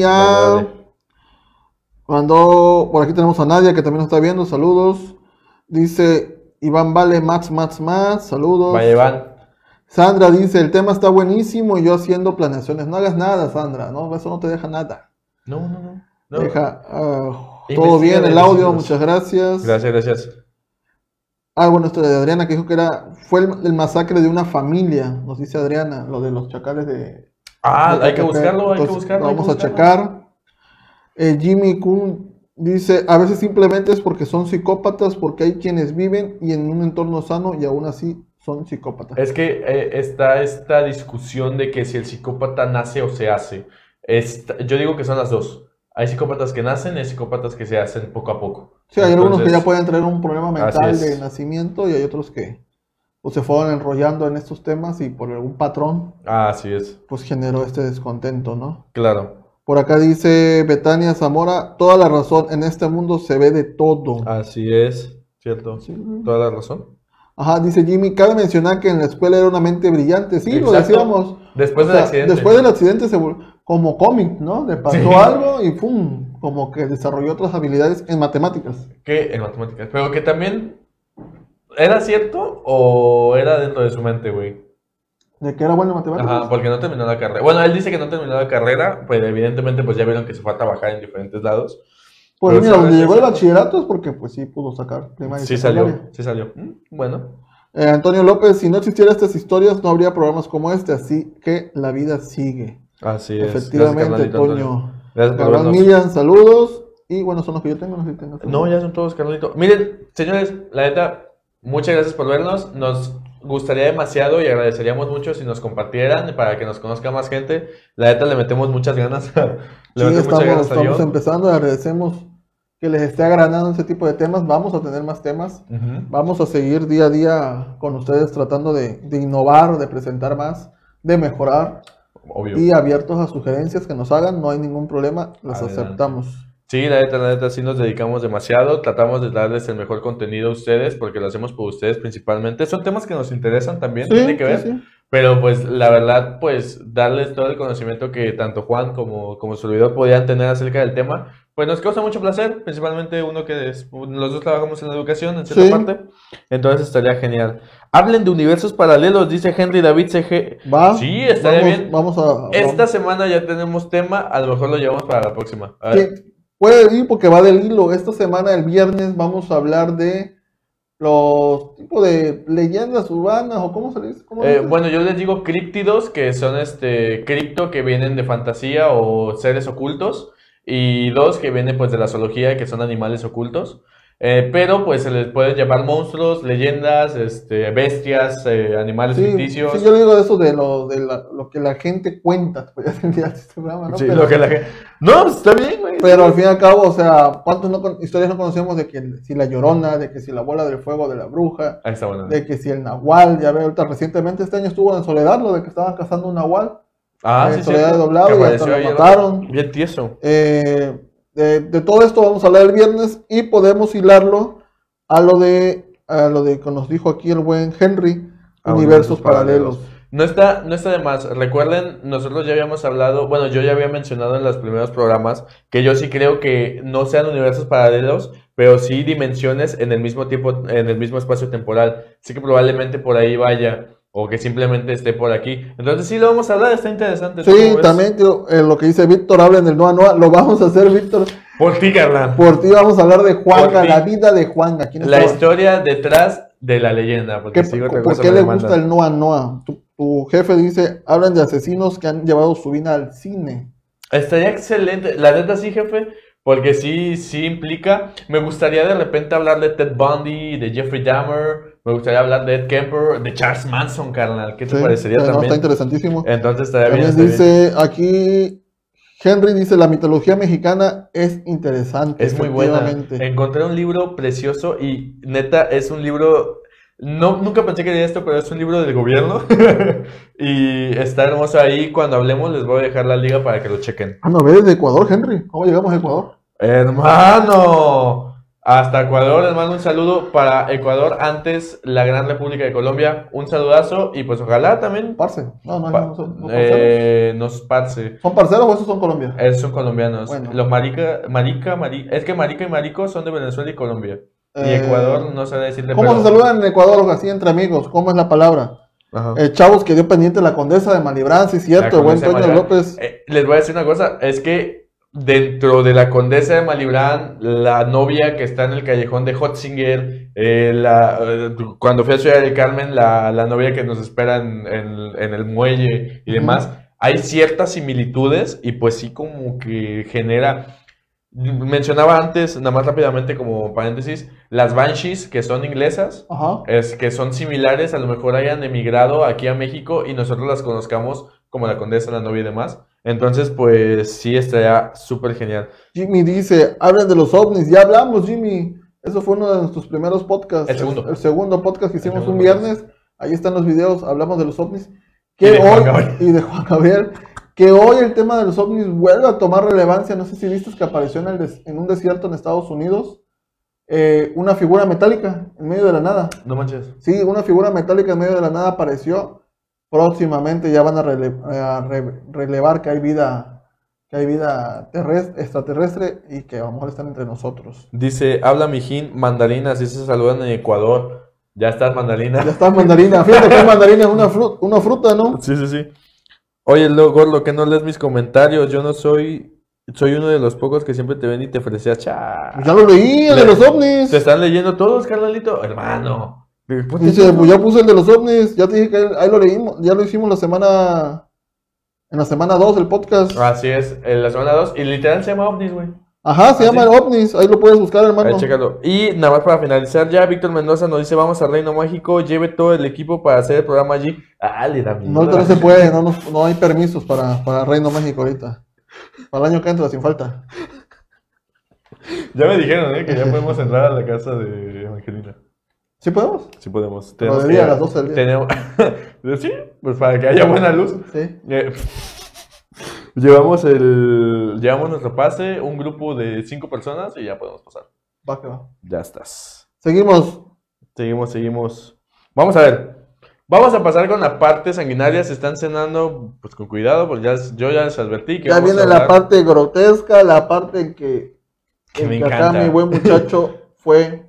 por aquí tenemos a Nadia que también nos está viendo, saludos. Dice Iván Vale, Max, saludos. Vaya Iván. Sandra dice, el tema está buenísimo y yo haciendo planeaciones. No hagas nada, Sandra, ¿no? Eso no te deja nada. No. Deja, todo bien, el audio, muchas gracias. Gracias. Bueno, esto de Adriana que dijo que fue el masacre de una familia, nos dice Adriana, lo de los chacales de... hay que buscarlo, Vamos a checar. Jimmy Kuhn dice, a veces simplemente es porque son psicópatas, porque hay quienes viven y en un entorno sano y aún así son psicópatas. Es que está esta discusión de que si el psicópata nace o se hace. Yo digo que son las dos. Hay psicópatas que nacen y hay psicópatas que se hacen poco a poco. Sí, hay algunos que ya pueden traer un problema mental de nacimiento y hay otros que se fueron enrollando en estos temas y por algún patrón, así es, pues generó este descontento, ¿no? Claro. Por acá dice Betania Zamora, toda la razón, en este mundo se ve de todo. Así es, cierto, sí. Toda la razón. Ajá, dice Jimmy, cabe mencionar que en la escuela era una mente brillante, sí, exacto. Lo decíamos. Después del accidente. Después del accidente se como cómic, ¿no? Le pasó algo y ¡pum! Como que desarrolló otras habilidades en matemáticas. En matemáticas, pero que también, ¿era cierto o era dentro de su mente, güey? ¿De que era bueno en matemáticas? Ajá, porque no terminó la carrera. Bueno, él dice que no terminó la carrera, pues evidentemente pues ya vieron que se fue a trabajar en diferentes lados. Pues mira, donde llegó el bachillerato es porque pues sí pudo sacar primaria y secundaria. Sí salió. Bueno. Antonio López, si no existieran estas historias no habría programas como este, así que la vida sigue. Así es. Efectivamente, Toño. Gracias por vernos. Miriam, saludos. Y bueno, son los que yo tengo, no sé si tengo. No, ya son todos, Carlito. Miren, señores, la neta, muchas gracias por vernos. Nos gustaría demasiado y agradeceríamos mucho si nos compartieran para que nos conozca más gente. La neta, le metemos muchas ganas. Estamos empezando, agradecemos que les esté agradando ese tipo de temas. Vamos a tener más temas. Vamos a seguir día a día con ustedes tratando de innovar, de presentar más, de mejorar. Obvio. Y abiertos a sugerencias que nos hagan, no hay ningún problema, las aceptamos. Sí, la neta, sí nos dedicamos demasiado, tratamos de darles el mejor contenido a ustedes, porque lo hacemos por ustedes principalmente. Son temas que nos interesan también, tiene que ver, sí. Pero pues la verdad, pues darles todo el conocimiento que tanto Juan como su servidor podían tener acerca del tema, pues nos causa mucho placer, principalmente los dos trabajamos en la educación en cierta parte, entonces estaría genial. Hablen de universos paralelos, dice Henry David CG. ¿Va? Sí, estaría bien. Esta vamos. Semana ya tenemos tema, a lo mejor lo llevamos para la próxima. Sí, puede ir porque va del hilo. Esta semana, el viernes, vamos a hablar de los tipos de leyendas urbanas, o ¿cómo se dice? Bueno, yo les digo críptidos, que son cripto, que vienen de fantasía o seres ocultos, y dos que vienen pues de la zoología, que son animales ocultos. Pero pues se les puede llamar monstruos, leyendas, bestias, animales ficticios. Sí, yo digo eso de lo que la gente cuenta. ¿No? Sí, lo que la gente... No, está bien, güey. Pero al fin y al cabo, o sea, ¿cuántas historias no conocemos de que si la Llorona, de que si la bola del fuego de la bruja, está bueno, de que si el Nahual, ya veo, ahorita recientemente este año estuvo en Soledad, lo de que estaban cazando un Nahual. Sí, Soledad de Doblado y hasta lo mataron. Bien tieso. De todo esto vamos a hablar el viernes y podemos hilarlo a lo de que nos dijo aquí el buen Henry, universos paralelos. No está de más. Recuerden, nosotros ya habíamos hablado, bueno, yo ya había mencionado en los primeros programas que yo sí creo que no sean universos paralelos, pero sí dimensiones en el mismo tiempo, en el mismo espacio temporal. Así que probablemente por ahí vaya. O que simplemente esté por aquí. Entonces sí lo vamos a hablar, está interesante. Sí, también lo que dice Víctor, hablen del Noa Noa. Lo vamos a hacer, Víctor. Por ti, carnal. Por ti vamos a hablar de Juanga, la vida de Juanga. La historia detrás de la leyenda. ¿Por qué le gusta el Noa Noa? Tu jefe dice, hablan de asesinos que han llevado su vida al cine. Estaría excelente. La neta sí, jefe. Porque sí implica. Me gustaría de repente hablar de Ted Bundy, de Jeffrey Dahmer. Me gustaría hablar de Ed Kemper, de Charles Manson, carnal. ¿Qué te parecería también? Está interesantísimo. Entonces estaría bien. También dice aquí, Henry dice, la mitología mexicana es interesante. Es muy buena. Encontré un libro precioso y neta es un libro... nunca pensé que era esto, pero es un libro del gobierno. Y está hermoso ahí. Cuando hablemos les voy a dejar la liga para que lo chequen. No, ves de Ecuador, Henry. ¿Cómo llegamos a Ecuador? ¡Hermano! Hasta Ecuador, les mando un saludo para Ecuador, antes la Gran República de Colombia. Un saludazo y pues ojalá también... Parce. No parceros. ¿Son parceros o esos son colombianos? Esos son colombianos. Bueno. Los es que marica y marico son de Venezuela y Colombia. Y Ecuador no sabe decirle... ¿Cómo se saludan en Ecuador así entre amigos? ¿Cómo es la palabra? Chavos que dio pendiente la Condesa de Malibran, sí, cierto, buen Toño López. Les voy a decir una cosa, es que dentro de la Condesa de Malibran, la novia que está en el callejón de Hotzinger, cuando fui a Ciudad del Carmen, la novia que nos espera en el muelle y demás, hay ciertas similitudes y pues sí como que genera... Mencionaba antes, nada más rápidamente como paréntesis, las Banshees, que son inglesas, que son similares, a lo mejor hayan emigrado aquí a México y nosotros las conozcamos como la Condesa, la novia y demás. Entonces, pues sí, estaría súper genial. Jimmy dice, hablen de los ovnis. Ya hablamos, Jimmy. Eso fue uno de nuestros primeros podcasts. El segundo podcast que hicimos un viernes. Ahí están los videos, hablamos de los ovnis. Y de Juan Gabriel. Que hoy el tema de los ovnis vuelve a tomar relevancia. No sé si viste que apareció en un desierto en Estados Unidos una figura metálica en medio de la nada. No manches. Sí, una figura metálica en medio de la nada apareció. Próximamente ya van a relevar que hay vida extraterrestre y que a lo mejor están entre nosotros. Dice, habla mijín, mandarinas, y se saludan en Ecuador. Ya estás mandarina. Ya estás mandarina. Fíjate que mandarina es una fruta, ¿no? Sí. Oye, Gordo, que no lees mis comentarios. Yo no soy uno de los pocos que siempre te ven y te ofrecía Ya lo leí, el de los ovnis. ¿Te están leyendo todos, carnalito? Hermano. Dice, pues ya puse el de los ovnis. Ya te dije que ahí lo leímos. Ya lo hicimos en la semana 2 del podcast. Así es, en la semana 2. Y literal se llama ovnis, güey. Ajá, se llama ovnis. Ahí lo puedes buscar, hermano. Ahí, chécalo. Y nada más para finalizar ya, Víctor Mendoza nos dice, vamos a Reino Mágico, lleve todo el equipo para hacer el programa allí. Le da miedo. No se puede, no hay permisos para Reino Mágico ahorita. Para el año que entra, sin falta. Ya me dijeron, que ya podemos entrar a la casa de Evangelina. ¿Sí podemos? Sí podemos. Tenemos a las 12 del día. Sí, pues para que haya buena luz. Sí. Llevamos nuestro pase, un grupo de 5 personas y ya podemos pasar. Va que va. Ya estás. Seguimos. Vamos a ver. Vamos a pasar con la parte sanguinaria. Se están cenando, pues con cuidado, porque yo ya les advertí que ya viene la parte grotesca, la parte en que me encanta. Acá mi buen muchacho fue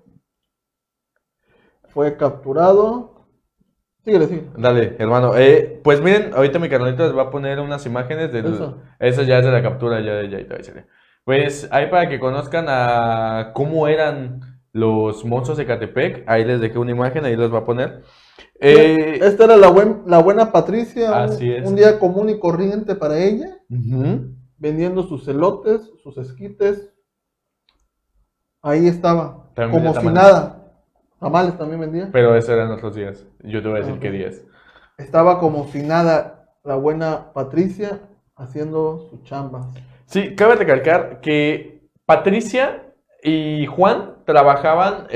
capturado. Síguele. Dale, hermano. Pues miren, ahorita mi carnalito les va a poner unas imágenes de eso ya es de la captura, ya. Pues ahí para que conozcan a cómo eran los monstruos de Ecatepec. Ahí les dejé una imagen, ahí les va a poner. Esta era la buena Patricia. Así es. Un día común y corriente para ella. Vendiendo sus elotes, sus esquites. Ahí estaba. También como si nada. Tamales también vendía. Pero esos eran otros días. Yo te voy a decir qué días. Estaba como si nada la buena Patricia haciendo su chamba. Sí, cabe recalcar que Patricia y Juan trabajaban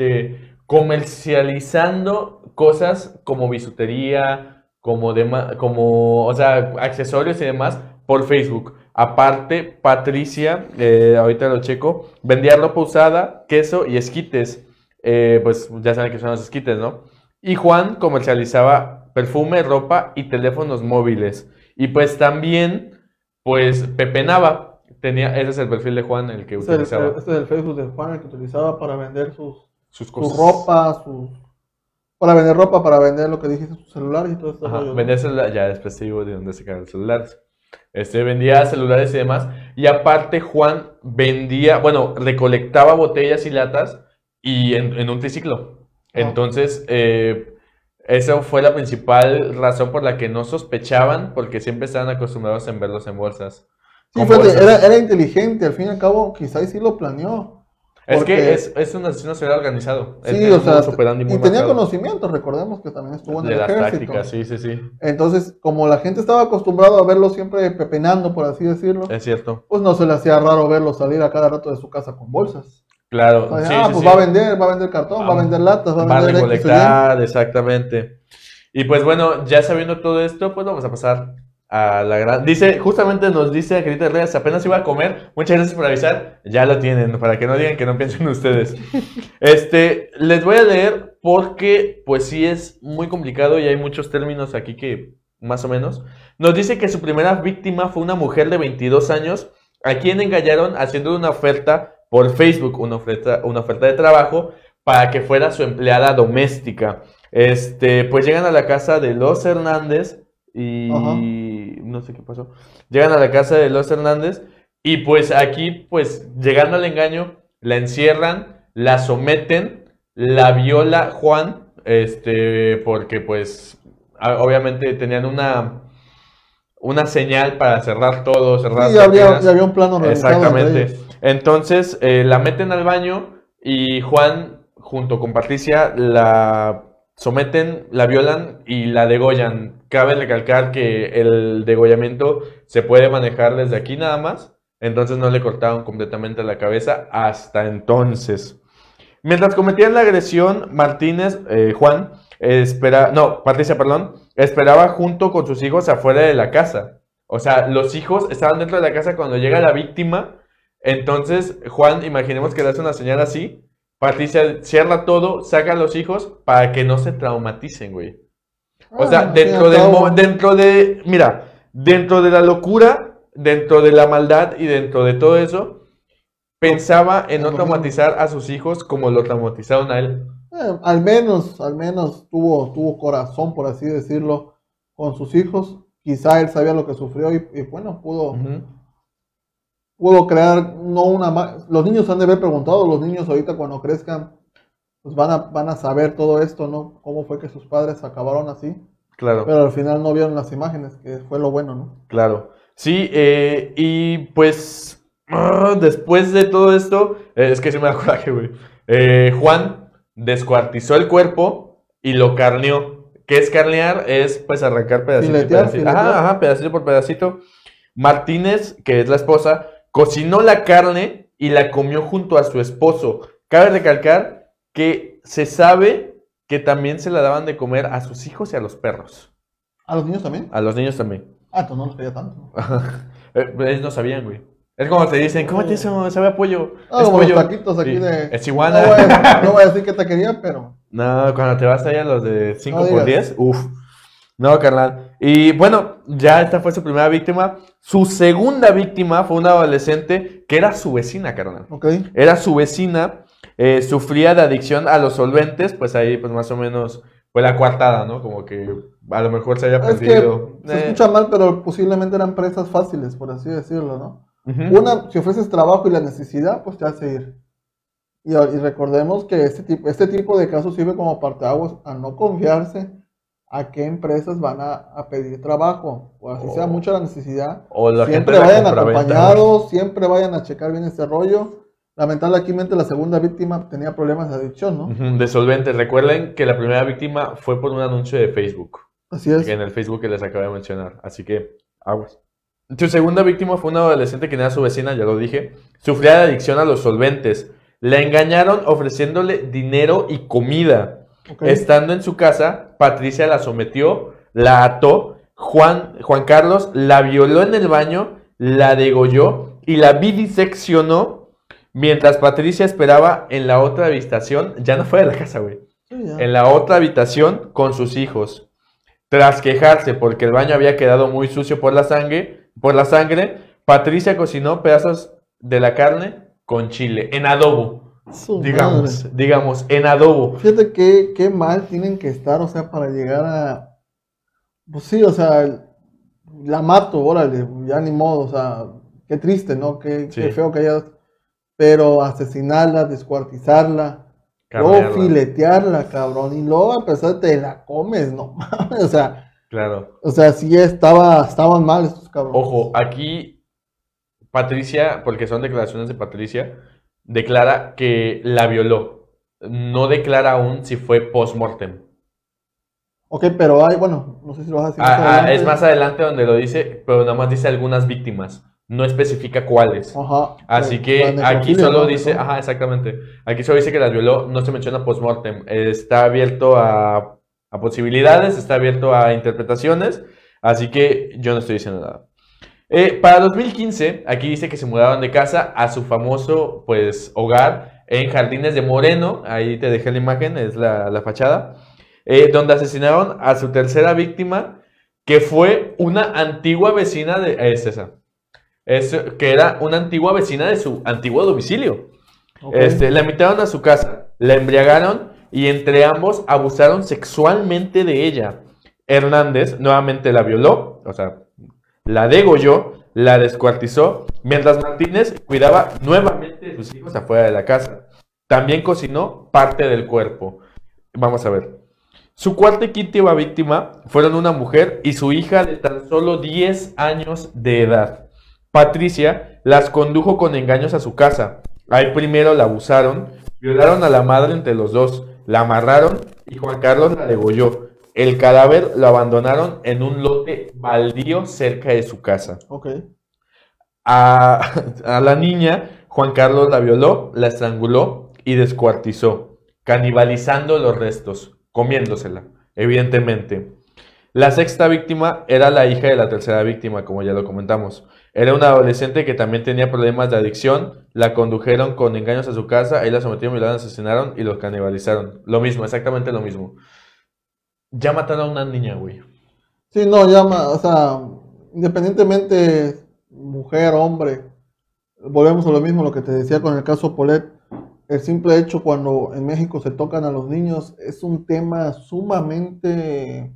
comercializando cosas como bisutería, como accesorios y demás por Facebook. Aparte, Patricia, ahorita lo checo, vendía ropa usada, queso y esquites. Pues ya saben que son los esquites, ¿no? Y Juan comercializaba perfume, ropa y teléfonos móviles. Y pues también, pues pepenaba. Ese es el perfil de Juan, el que utilizaba. Este es el Facebook de Juan, el que utilizaba para vender sus ropa, para vender ropa, para vender lo que dijiste, sus celulares y todo esto. Ajá, vender celulares, ya después te digo de dónde se caen los celulares. Vendía celulares y demás. Y aparte Juan recolectaba botellas y latas y en un triciclo. Entonces, esa fue la principal razón por la que no sospechaban, porque siempre estaban acostumbrados en verlos en bolsas. Sí, era inteligente, al fin y al cabo, quizás sí lo planeó. Es que es un asesino serial organizado. Sí, y tenía conocimiento, recordemos que también estuvo en el ejército. De las tácticas, sí. Entonces, como la gente estaba acostumbrada a verlo siempre pepenando, por así decirlo. Es cierto. Pues no se le hacía raro verlo salir a cada rato de su casa con bolsas. Claro. Va a vender cartón, va a vender latas, va a vender recolectar, exactamente. Y pues bueno, ya sabiendo todo esto, pues vamos a pasar a la gran... Justamente nos dice Angelita Reyes, apenas iba a comer, muchas gracias por avisar, ya lo tienen, para que no digan que no piensen ustedes. Les voy a leer porque pues sí es muy complicado y hay muchos términos aquí que más o menos. Nos dice que su primera víctima fue una mujer de 22 años a quien engañaron haciendo una oferta por Facebook, una oferta de trabajo para que fuera su empleada doméstica. pues llegan a la casa de los Hernández y no sé qué pasó. Llegan a la casa de los Hernández y pues aquí, pues llegando al engaño, la encierran, la someten, la viola Juan, porque pues obviamente tenían una señal para cerrar todo, cerrar sí, había un plano organizado. Exactamente. Entonces la meten al baño y Juan, junto con Patricia, la someten, la violan y la degollan. Cabe recalcar que el degollamiento se puede manejar desde aquí nada más, entonces no le cortaron completamente la cabeza hasta entonces. Mientras cometían la agresión, Patricia, esperaba junto con sus hijos afuera de la casa. O sea, los hijos estaban dentro de la casa cuando llega la víctima. Entonces, Juan, imaginemos que le hace una señal así. Patricia cierra todo, saca a los hijos para que no se traumaticen, güey. O sea, dentro de la locura, dentro de la maldad y dentro de todo eso, pensaba en no traumatizar a sus hijos como lo traumatizaron a él. Al menos tuvo corazón, por así decirlo, con sus hijos. Quizá él sabía lo que sufrió y bueno, pudo crear los niños han de haber preguntado, los niños ahorita cuando crezcan, pues van a saber todo esto, ¿no? Cómo fue que sus padres acabaron así. Claro. Pero al final no vieron las imágenes, que fue lo bueno, ¿no? Claro. Sí, y pues después de todo esto, es que se me da coraje, güey. Juan descuartizó el cuerpo y lo carneó. ¿Qué es carnear? Es pues arrancar pedacito. Ajá, pedacito por pedacito. Martínez, que es la esposa, cocinó la carne y la comió junto a su esposo. Cabe recalcar que se sabe que también se la daban de comer a sus hijos y a los perros. ¿A los niños también? A los niños también. Entonces no los pedía tanto. Ellos no sabían, güey. Es como te dicen, cómete eso, sabe a pollo. Es como pollo. Los taquitos aquí de... Es iguana. No voy a decir que te quería, pero... No, cuando te vas allá a los de 5x10, uff. No, carnal. Y bueno, ya esta fue su primera víctima. Su segunda víctima fue una adolescente que era su vecina, carnal. Okay. Era su vecina, sufría de adicción a los solventes, pues ahí pues más o menos fue la coartada, ¿no? Como que a lo mejor se haya perdido. Se escucha mal, pero posiblemente eran presas fáciles, por así decirlo, ¿no? Una, si ofreces trabajo y la necesidad, pues te hace ir. Y recordemos que este tipo de casos sirve como parteaguas a no confiarse a qué empresas van a pedir trabajo, o así sea mucha la necesidad, o la siempre gente vayan acompañados, siempre vayan a checar bien este rollo. Lamentablemente la segunda víctima tenía problemas de adicción, ¿no? De solventes. Recuerden que la primera víctima fue por un anuncio de Facebook. Así es. En el Facebook que les acabo de mencionar, así que aguas. Su segunda víctima fue una adolescente que era su vecina, ya lo dije, sufría de adicción a los solventes. La engañaron ofreciéndole dinero y comida. Okay. Estando en su casa, Patricia la sometió, la ató, Juan Carlos la violó en el baño, la degolló y la viviseccionó mientras Patricia esperaba en la otra habitación, ya no fue de la casa, güey, en la otra habitación con sus hijos. Tras quejarse porque el baño había quedado muy sucio por la sangre, Patricia cocinó pedazos de la carne con chile, en adobo. Digamos, en adobo. Fíjate qué mal tienen que estar, o sea, para llegar a... Pues sí, o sea, la mato, órale, ya ni modo, o sea, qué triste, ¿no? Qué feo que haya... Pero asesinarla, descuartizarla, luego filetearla, cabrón, y luego a pesar te la comes, no mames, o sea... Claro. O sea, sí estaban mal estos cabrones. Ojo, aquí Patricia, porque son declaraciones de Patricia, declara que la violó. No declara aún si fue post-mortem. Ok, pero bueno, no sé si lo vas a decir más adelante. Es más adelante donde lo dice, pero nada más dice algunas víctimas. No especifica cuáles. Ajá. Así que aquí solo dice, exactamente. Aquí solo dice que las violó, no se menciona post-mortem. Está abierto a posibilidades, está abierto a interpretaciones. Así que yo no estoy diciendo nada. Para 2015, aquí dice que se mudaron de casa a su famoso pues hogar en Jardines de Moreno. Ahí te dejé la imagen, es la fachada. Donde asesinaron a su tercera víctima, que fue una antigua vecina de... que era una antigua vecina de su antiguo domicilio. Okay. La invitaron a su casa, la embriagaron y entre ambos abusaron sexualmente de ella. Hernández nuevamente la violó, o sea, la degolló, la descuartizó, mientras Martínez cuidaba nuevamente de sus hijos afuera de la casa. También cocinó parte del cuerpo. Vamos a ver. Su cuarta y quinta víctima fueron una mujer y su hija de tan solo 10 años de edad. Patricia las condujo con engaños a su casa. Ahí primero la abusaron, violaron a la madre entre los dos, la amarraron y Juan Carlos la degolló. El cadáver lo abandonaron en un lote baldío cerca de su casa. Okay. A la niña, Juan Carlos la violó, la estranguló y descuartizó, canibalizando los restos, comiéndosela, evidentemente. La sexta víctima era la hija de la tercera víctima, como ya lo comentamos. Era una adolescente que también tenía problemas de adicción, la condujeron con engaños a su casa, ahí la sometieron, violaron, asesinaron y los canibalizaron. Lo mismo, exactamente lo mismo. Ya mataron a una niña, güey. Sí, no, o sea, independientemente, mujer, hombre, volvemos a lo mismo, lo que te decía con el caso Polet. El simple hecho cuando en México se tocan a los niños es un tema sumamente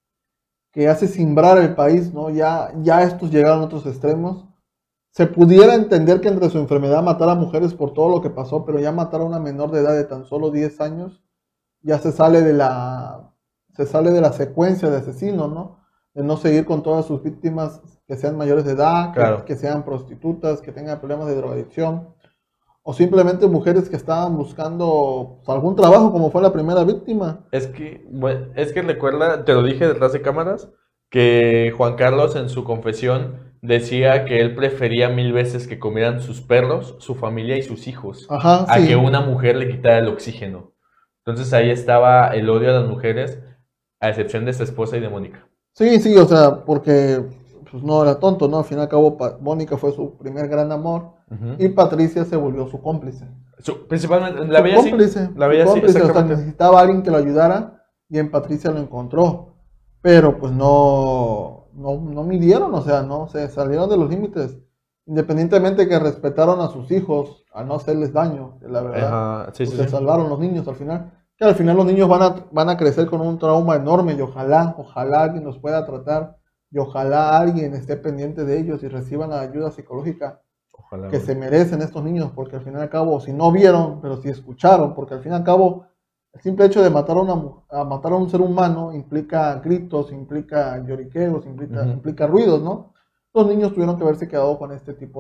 que hace cimbrar el país, ¿no? Ya estos llegaron a otros extremos. Se pudiera entender que entre su enfermedad matar a mujeres por todo lo que pasó, pero ya matar a una menor de edad de tan solo 10 años, ya se sale de la secuencia de asesinos, ¿no? De no seguir con todas sus víctimas que sean mayores de edad, claro, que sean prostitutas, que tengan problemas de drogadicción, o simplemente mujeres que estaban buscando algún trabajo, como fue la primera víctima. Es que recuerda, te lo dije detrás de cámaras, que Juan Carlos en su confesión decía que él prefería 1000 veces que comieran sus perros, su familia y sus hijos, a que una mujer le quitara el oxígeno. Entonces ahí estaba el odio a las mujeres, a excepción de su esposa y de Mónica. Sí, o sea, porque pues, no era tonto, ¿no? Al fin y al cabo, Mónica fue su primer gran amor, y Patricia se volvió su cómplice. Principalmente, la veía así. La veía así, exactamente. O sea, necesitaba a alguien que lo ayudara, y en Patricia lo encontró. Pero pues no midieron, o sea, no se salieron de los límites. Independientemente que respetaron a sus hijos, a no hacerles daño, la verdad. Se salvaron los niños al final. Que al final los niños van a crecer con un trauma enorme, y ojalá alguien los pueda tratar, y ojalá alguien esté pendiente de ellos y reciban la ayuda psicológica que se merecen estos niños, porque al fin y al cabo, si no vieron, pero si escucharon, porque al fin y al cabo, el simple hecho de matar a un ser humano implica gritos, implica lloriqueos, implica ruidos, ¿no? Los niños tuvieron que haberse quedado con este tipo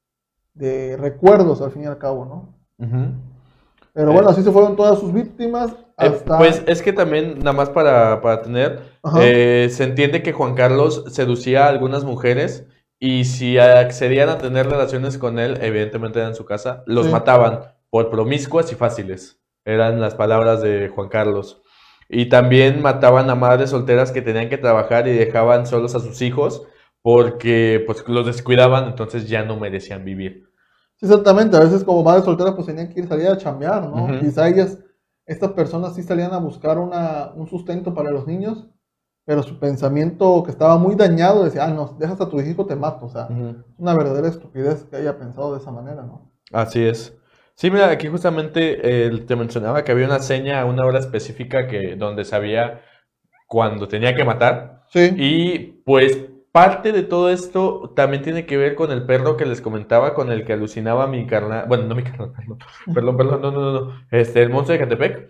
de recuerdos, al fin y al cabo, ¿no? Pero bueno, así se fueron todas sus víctimas. Pues es que también, nada más para tener, se entiende que Juan Carlos seducía a algunas mujeres y si accedían a tener relaciones con él, evidentemente era en su casa, los mataban por promiscuas y fáciles. Eran las palabras de Juan Carlos. Y también mataban a madres solteras que tenían que trabajar y dejaban solos a sus hijos porque pues los descuidaban, entonces ya no merecían vivir. Sí, exactamente. A veces como madres solteras pues tenían que salir a chambear, ¿no? Quizá estas personas sí salían a buscar un sustento para los niños, pero su pensamiento que estaba muy dañado decía, no, dejas a tu hijo, te mato. O sea, una verdadera estupidez que haya pensado de esa manera, ¿no? Así es. Sí, mira, aquí justamente te mencionaba que había una seña a una hora específica donde sabía cuando tenía que matar. Sí. Y pues parte de todo esto también tiene que ver con el perro que les comentaba, con el que alucinaba mi carnal. Bueno, no mi carnal, perdón, no. El monstruo de Catepec.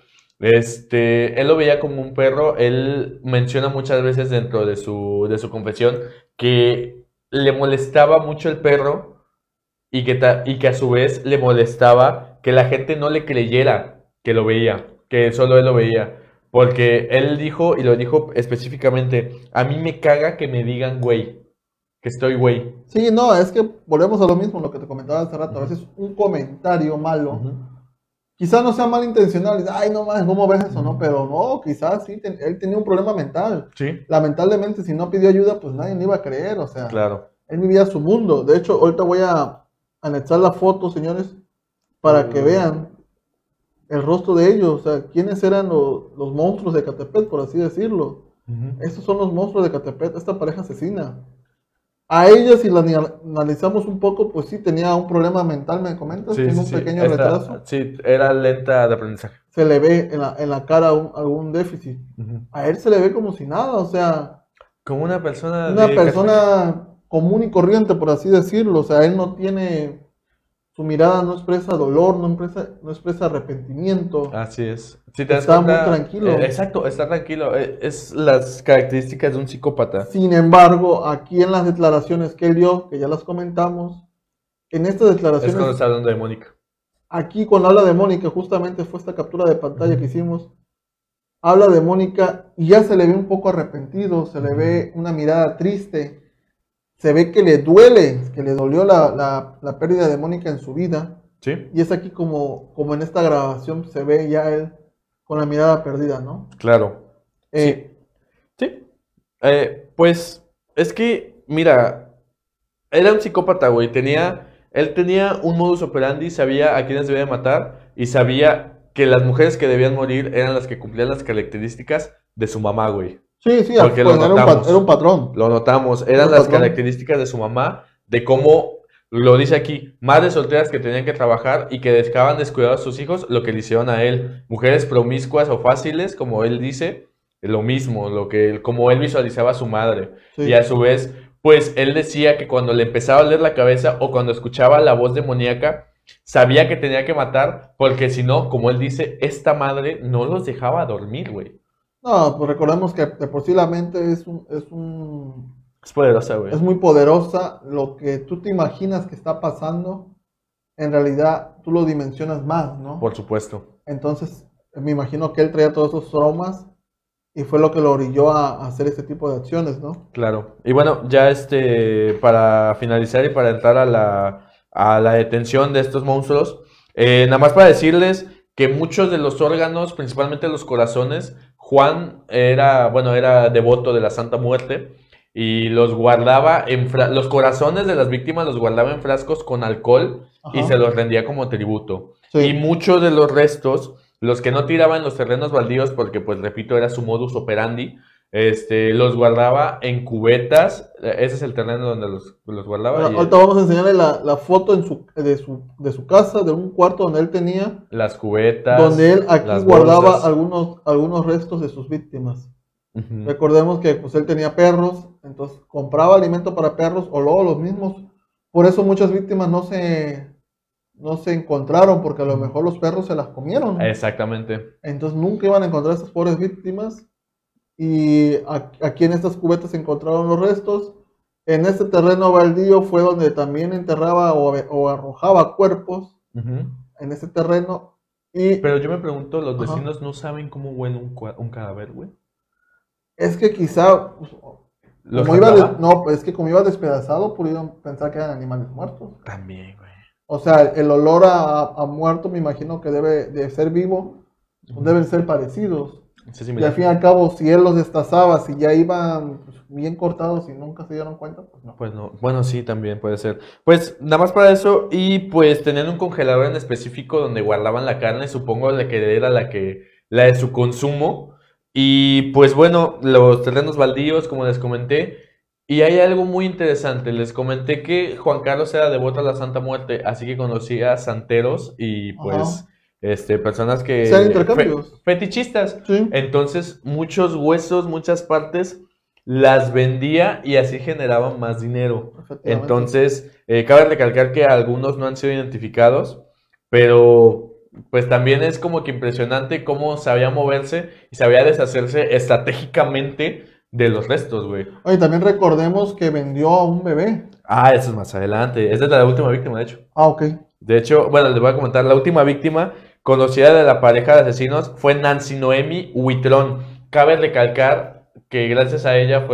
Él lo veía como un perro. Él menciona muchas veces dentro de su confesión que le molestaba mucho el perro y que a su vez le molestaba que la gente no le creyera que lo veía, que solo él lo veía. Porque él dijo, y lo dijo específicamente, a mí me caga que me digan güey, que estoy güey. Sí, no, es que volvemos a lo mismo, lo que te comentaba hace rato. A veces un comentario malo, quizás no sea malintencional, ay, no más, ¿cómo ves eso? No, pero no, quizás sí, él tenía un problema mental. Sí. Lamentablemente, si no pidió ayuda, pues nadie le iba a creer, o sea. Claro. Él vivía su mundo. De hecho, ahorita voy a anexar la foto, señores, para que vean el rostro de ellos, o sea, quiénes eran los monstruos de Catepec, por así decirlo. Estos son los monstruos de Catepec, esta pareja asesina. A ella, si la analizamos un poco, pues sí, tenía un problema mental, me comentas, tiene un pequeño retraso. Sí, era lenta de aprendizaje. Se le ve en la cara algún déficit. A él se le ve como si nada, o sea... Como una persona... Una persona común y corriente, por así decirlo. O sea, él no tiene... Su mirada no expresa dolor, no expresa arrepentimiento. Así es. Si te das cuenta, muy tranquilo. Exacto, está tranquilo. Es las características de un psicópata. Sin embargo, aquí en las declaraciones que él dio, que ya las comentamos, en estas declaraciones... Es cuando está hablando de Mónica. Aquí cuando habla de Mónica, justamente fue esta captura de pantalla que hicimos, habla de Mónica y ya se le ve un poco arrepentido, se le ve una mirada triste, se ve que le duele, que le dolió la pérdida de Mónica en su vida. Sí. Y es aquí como en esta grabación se ve ya él con la mirada perdida, ¿no? Claro. Sí. Pues es que, mira, era un psicópata, güey, él tenía un modus operandi, sabía a quiénes debía matar y sabía que las mujeres que debían morir eran las que cumplían las características de su mamá, güey. Sí, porque pues era un patrón. Lo notamos, eran las características de su mamá, de cómo, lo dice aquí, madres solteras que tenían que trabajar y que dejaban descuidados a sus hijos, lo que le hicieron a él. Mujeres promiscuas o fáciles, como él dice, lo mismo, como él visualizaba a su madre. Sí. Y a su vez... pues él decía que cuando le empezaba a doler la cabeza o cuando escuchaba la voz demoníaca, sabía que tenía que matar, porque si no, como él dice, esta madre no los dejaba dormir, güey. No, pues recordemos que de por sí la mente es poderosa, güey. Es muy poderosa. Lo que tú te imaginas que está pasando, en realidad tú lo dimensionas más, ¿no? Por supuesto. Entonces, me imagino que él traía todos esos traumas. Y fue lo que lo orilló a hacer este tipo de acciones, ¿no? Claro. Y bueno, ya para finalizar y para entrar a la detención de estos monstruos, nada más para decirles que muchos de los órganos, principalmente los corazones, Juan era devoto de la Santa Muerte y los guardaba los corazones de las víctimas los guardaba en frascos con alcohol. Ajá. Y se los rendía como tributo. Sí. Y muchos de los restos... los que no tiraban los terrenos baldíos, porque pues repito, era su modus operandi, los guardaba en cubetas. Ese es el terreno donde los guardaba. Ahorita vamos a enseñarle la foto de su casa, de un cuarto donde él tenía las cubetas. Donde él aquí guardaba algunos restos de sus víctimas. Uh-huh. Recordemos que pues él tenía perros, entonces compraba alimento para perros o luego los mismos. Por eso muchas víctimas no se encontraron, porque a lo mejor los perros se las comieron. Exactamente. Entonces nunca iban a encontrar a estas pobres víctimas. Y aquí en estas cubetas se encontraron los restos. En este terreno baldío fue donde también enterraba o arrojaba cuerpos. Uh-huh. En este terreno. Pero yo me pregunto, ¿los vecinos no saben cómo huele un cadáver, güey? Es que quizá... como iba despedazado, pudieron pensar que eran animales muertos. También, güey. O sea, el olor a muerto me imagino que debe de ser vivo, deben ser parecidos. Sí, y al fin y al cabo, si él los destazaba, si ya iban bien cortados y nunca se dieron cuenta, pues no. Pues no, bueno, sí, también puede ser. Pues nada más para eso, y pues tenían un congelador en específico donde guardaban la carne, supongo que era la de su consumo. Y pues bueno, los terrenos baldíos, como les comenté. Y hay algo muy interesante, les comenté que Juan Carlos era devoto a la Santa Muerte, así que conocía santeros y pues personas que... fetichistas. Sí. Entonces muchos huesos, muchas partes las vendía y así generaban más dinero. Entonces cabe recalcar que algunos no han sido identificados, pero pues también es como que impresionante cómo sabía moverse y sabía deshacerse estratégicamente de los restos, güey. Oye, también recordemos que vendió a un bebé. Ah, eso es más adelante. Esa es la última víctima, de hecho. Ah, ok. De hecho, bueno, les voy a comentar. La última víctima conocida de la pareja de asesinos fue Nancy Noemi Huitrón. Cabe recalcar que gracias a ella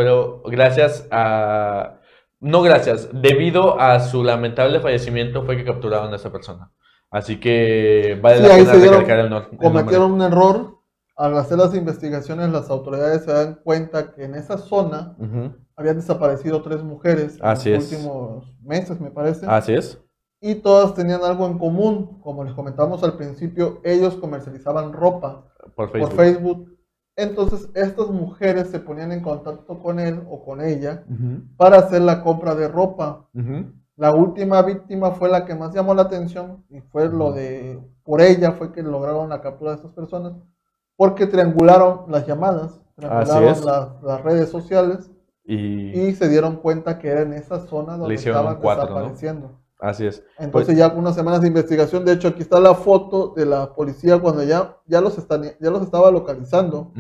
debido a su lamentable fallecimiento fue que capturaron a esa persona. Así que vale la pena recalcar el nombre. Cometieron un error. Al hacer las investigaciones, las autoridades se dan cuenta que en esa zona habían desaparecido 3 mujeres en los últimos meses, me parece. Así es. Y todas tenían algo en común. Como les comentamos al principio, ellos comercializaban ropa por Facebook. Entonces estas mujeres se ponían en contacto con él o con ella para hacer la compra de ropa. La última víctima fue la que más llamó la atención y fue por ella fue que lograron la captura de estas personas, porque triangularon las llamadas, triangularon las redes sociales y se dieron cuenta que era en esa zona donde estaban desapareciendo. ¿no? Así es. Entonces ya con unas semanas de investigación, de hecho aquí está la foto de la policía cuando ya los estaba localizando,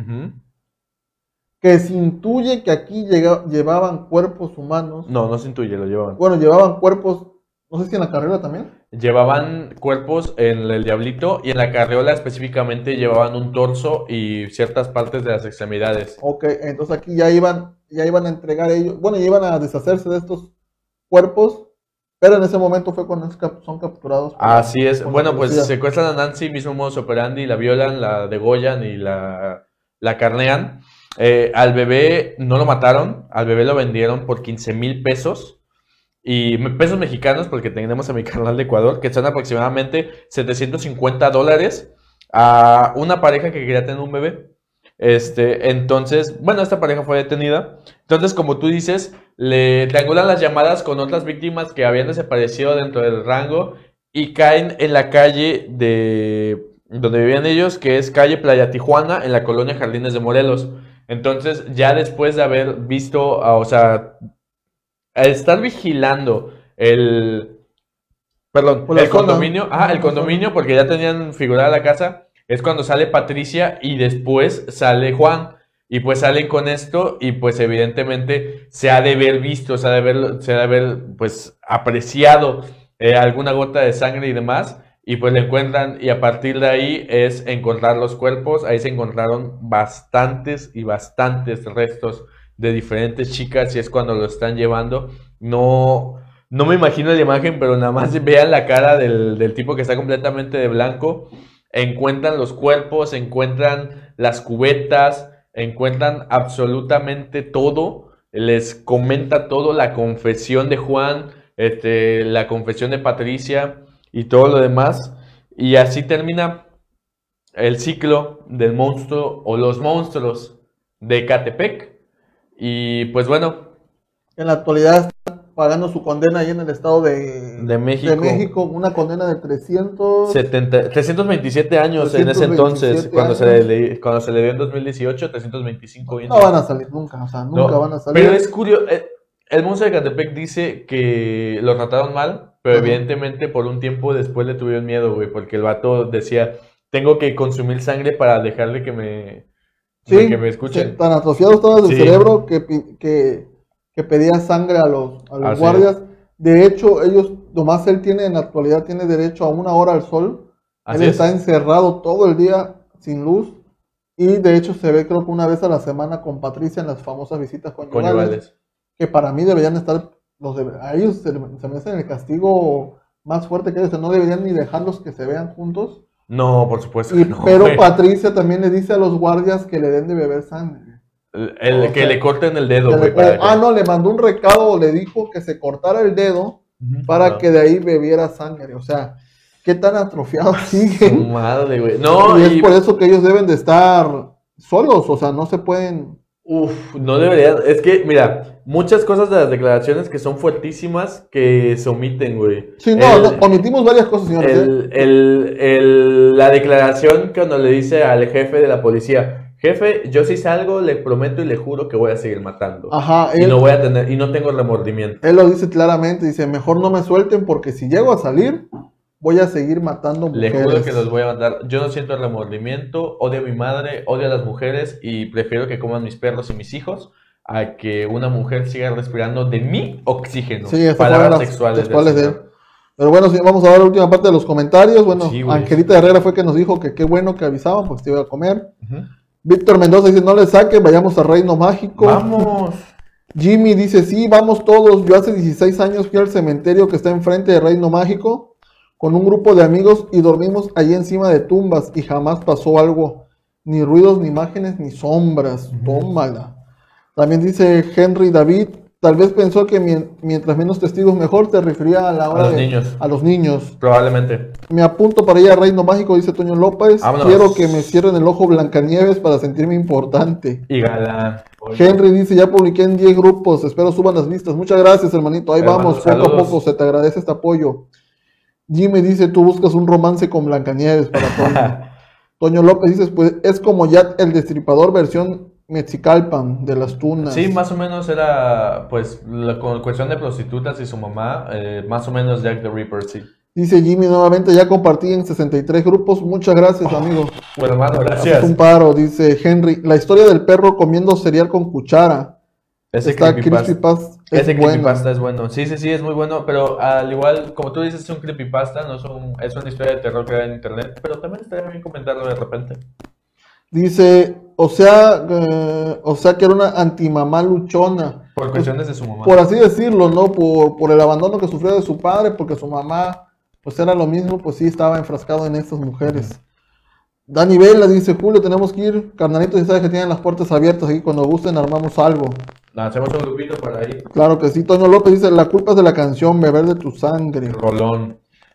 que se intuye que aquí llevaban cuerpos humanos. No se intuye, lo llevaban. Bueno, llevaban cuerpos, no sé si en la carriola también. Llevaban cuerpos en el Diablito y en la carriola específicamente llevaban un torso y ciertas partes de las extremidades. Ok, entonces aquí ya iban a entregar ellos, bueno, ya iban a deshacerse de estos cuerpos. Pero en ese momento fue cuando son capturados. Así es. Bueno, pues secuestran a Nancy, mismo modus operandi, la violan, la degollan y la carnean. Al bebé no lo mataron, al bebé lo vendieron por 15,000 pesos. Y pesos mexicanos, porque tenemos a mi canal de Ecuador, que son aproximadamente $750 a una pareja que quería tener un bebé. Entonces, bueno, esta pareja fue detenida. Entonces, como tú dices, le triangulan las llamadas con otras víctimas que habían desaparecido dentro del rango y caen en la calle de donde vivían ellos, que es calle Playa Tijuana, en la colonia Jardines de Morelos. Entonces, ya después de haber visto, o sea, al estar vigilando el condominio, el condominio, porque ya tenían figurada la casa, es cuando sale Patricia y después sale Juan. Y pues salen con esto y pues evidentemente se ha de haber visto, se ha de haber pues apreciado alguna gota de sangre y demás. Y pues le encuentran, y a partir de ahí es encontrar los cuerpos. Ahí se encontraron bastantes y bastantes restos de diferentes chicas y es cuando lo están llevando. No me imagino la imagen, pero nada más vean la cara del tipo que está completamente de blanco. Encuentran los cuerpos, encuentran las cubetas, encuentran absolutamente todo, les comenta todo, la confesión de Juan, la confesión de Patricia y todo lo demás. Y así termina el ciclo del monstruo o los monstruos de Ecatepec. Y pues bueno, en la actualidad está pagando su condena ahí en el estado de México, una condena de 327 años en ese entonces, cuando se le dio en 2018, 325. No van a salir nunca, o sea, nunca van a salir. Pero es curioso, el monstruo de Ecatepec dice que lo trataron mal, pero evidentemente por un tiempo después le tuvieron miedo, güey, porque el vato decía, tengo que consumir sangre para dejarle que me escuchen. Tan atrofiado estaba del cerebro que pedía sangre a los guardias. De hecho, él tiene en la actualidad tiene derecho a 1 hora al sol. Él está encerrado todo el día sin luz. Y de hecho se ve creo que una vez a la semana con Patricia en las famosas visitas conyugales. Que para mí deberían estar, a ellos se me hace el castigo más fuerte que ellos. No deberían ni dejarlos que se vean juntos. No, por supuesto que no. Pero Patricia también le dice a los guardias que le den de beber sangre. Que le corten el dedo, güey. No, le mandó un recado, le dijo que se cortara el dedo para que de ahí bebiera sangre. O sea, qué tan atrofiados siguen. Madre, güey. Y es por eso que ellos deben de estar solos, o sea, no se pueden... No deberían. Es que, mira, muchas cosas de las declaraciones que son fuertísimas que se omiten, güey. Sí, omitimos varias cosas, señores. La declaración cuando le dice al jefe de la policía... Jefe, yo si salgo, le prometo y le juro que voy a seguir matando. Ajá. Y no tengo remordimiento. Él lo dice claramente, dice, mejor no me suelten porque si llego a salir, voy a seguir matando mujeres. Le juro que los voy a matar. Yo no siento remordimiento, odio a mi madre, odio a las mujeres y prefiero que coman mis perros y mis hijos a que una mujer siga respirando de mi oxígeno. Sí, palabras sexuales de él. Pero bueno, sí, vamos a ver la última parte de los comentarios. Bueno, sí, Angelita Herrera fue que nos dijo que qué bueno que avisaban, pues te iba a comer. Víctor Mendoza dice, no le saquen, vayamos a Reino Mágico. Vamos. Jimmy dice, sí, vamos todos. Yo hace 16 años fui al cementerio que está enfrente de Reino Mágico con un grupo de amigos y dormimos allí encima de tumbas y jamás pasó algo. Ni ruidos, ni imágenes, ni sombras. Tómala. También dice Henry David, tal vez pensó que mientras menos testigos mejor, te refería a la hora a los niños. Probablemente. Me apunto para ir a Reino Mágico, dice Toño López. Vámonos. Quiero que me cierren el ojo Blancanieves para sentirme importante. Y galán. Henry dice, ya publiqué en 10 grupos, espero suban las vistas. Muchas gracias, hermanito. Ahí vamos, poco a poco, se te agradece este apoyo. Jimmy dice, tú buscas un romance con Blancanieves para Toño. Toño López dice, pues es como Jack el Destripador versión Mexicalpan de las Tunas. Sí, más o menos era, pues, la cuestión de prostitutas y su mamá, más o menos Jack the Ripper, sí. Dice Jimmy nuevamente, ya compartí en 63 grupos, muchas gracias, amigo. Bueno, hermano, gracias. Haces un paro, dice Henry, la historia del perro comiendo cereal con cuchara. Ese creepypasta es bueno. Sí, es muy bueno, pero al igual, como tú dices, es un creepypasta, no es una historia de terror creada en internet, pero también estaría bien comentarlo de repente. Dice, o sea que era una antimamá luchona. Por cuestiones de su mamá. Por así decirlo, ¿no? Por el abandono que sufrió de su padre, porque su mamá, pues era lo mismo, pues sí, estaba enfrascado en estas mujeres. Dani Vela dice, Julio, tenemos que ir. Carnalito, ya sabes que tienen las puertas abiertas aquí, cuando gusten armamos algo. Hacemos un grupito para ahí. Claro que sí. Toño López dice, la culpa es de la canción, beber de tu sangre. Rolón.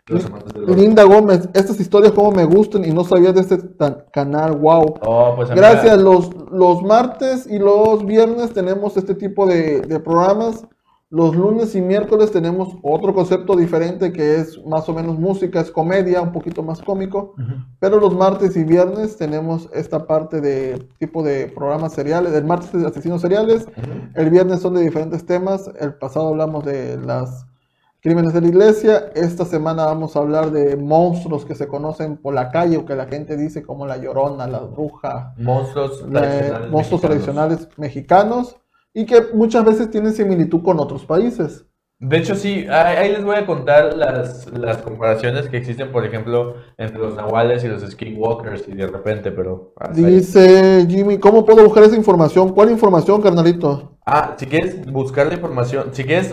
Linda Gómez, estas historias como me gustan y no sabía de este canal, wow. Pues gracias, los martes y los viernes tenemos este tipo de programas. Los lunes y miércoles tenemos otro concepto diferente que es más o menos música, es comedia, un poquito más cómico. Pero los martes y viernes tenemos esta parte de tipo de programas seriales. El martes de asesinos seriales, el viernes son de diferentes temas. El pasado hablamos de las crímenes de la iglesia. Esta semana vamos a hablar de monstruos que se conocen por la calle o que la gente dice como la Llorona, la Bruja. Monstruos tradicionales mexicanos. Y que muchas veces tienen similitud con otros países. De hecho, sí, ahí les voy a contar las comparaciones que existen, por ejemplo, entre los nahuales y los skinwalkers y de repente, pero... Dice Jimmy, ¿cómo puedo buscar esa información? ¿Cuál información, carnalito? Si quieres buscar la información, si quieres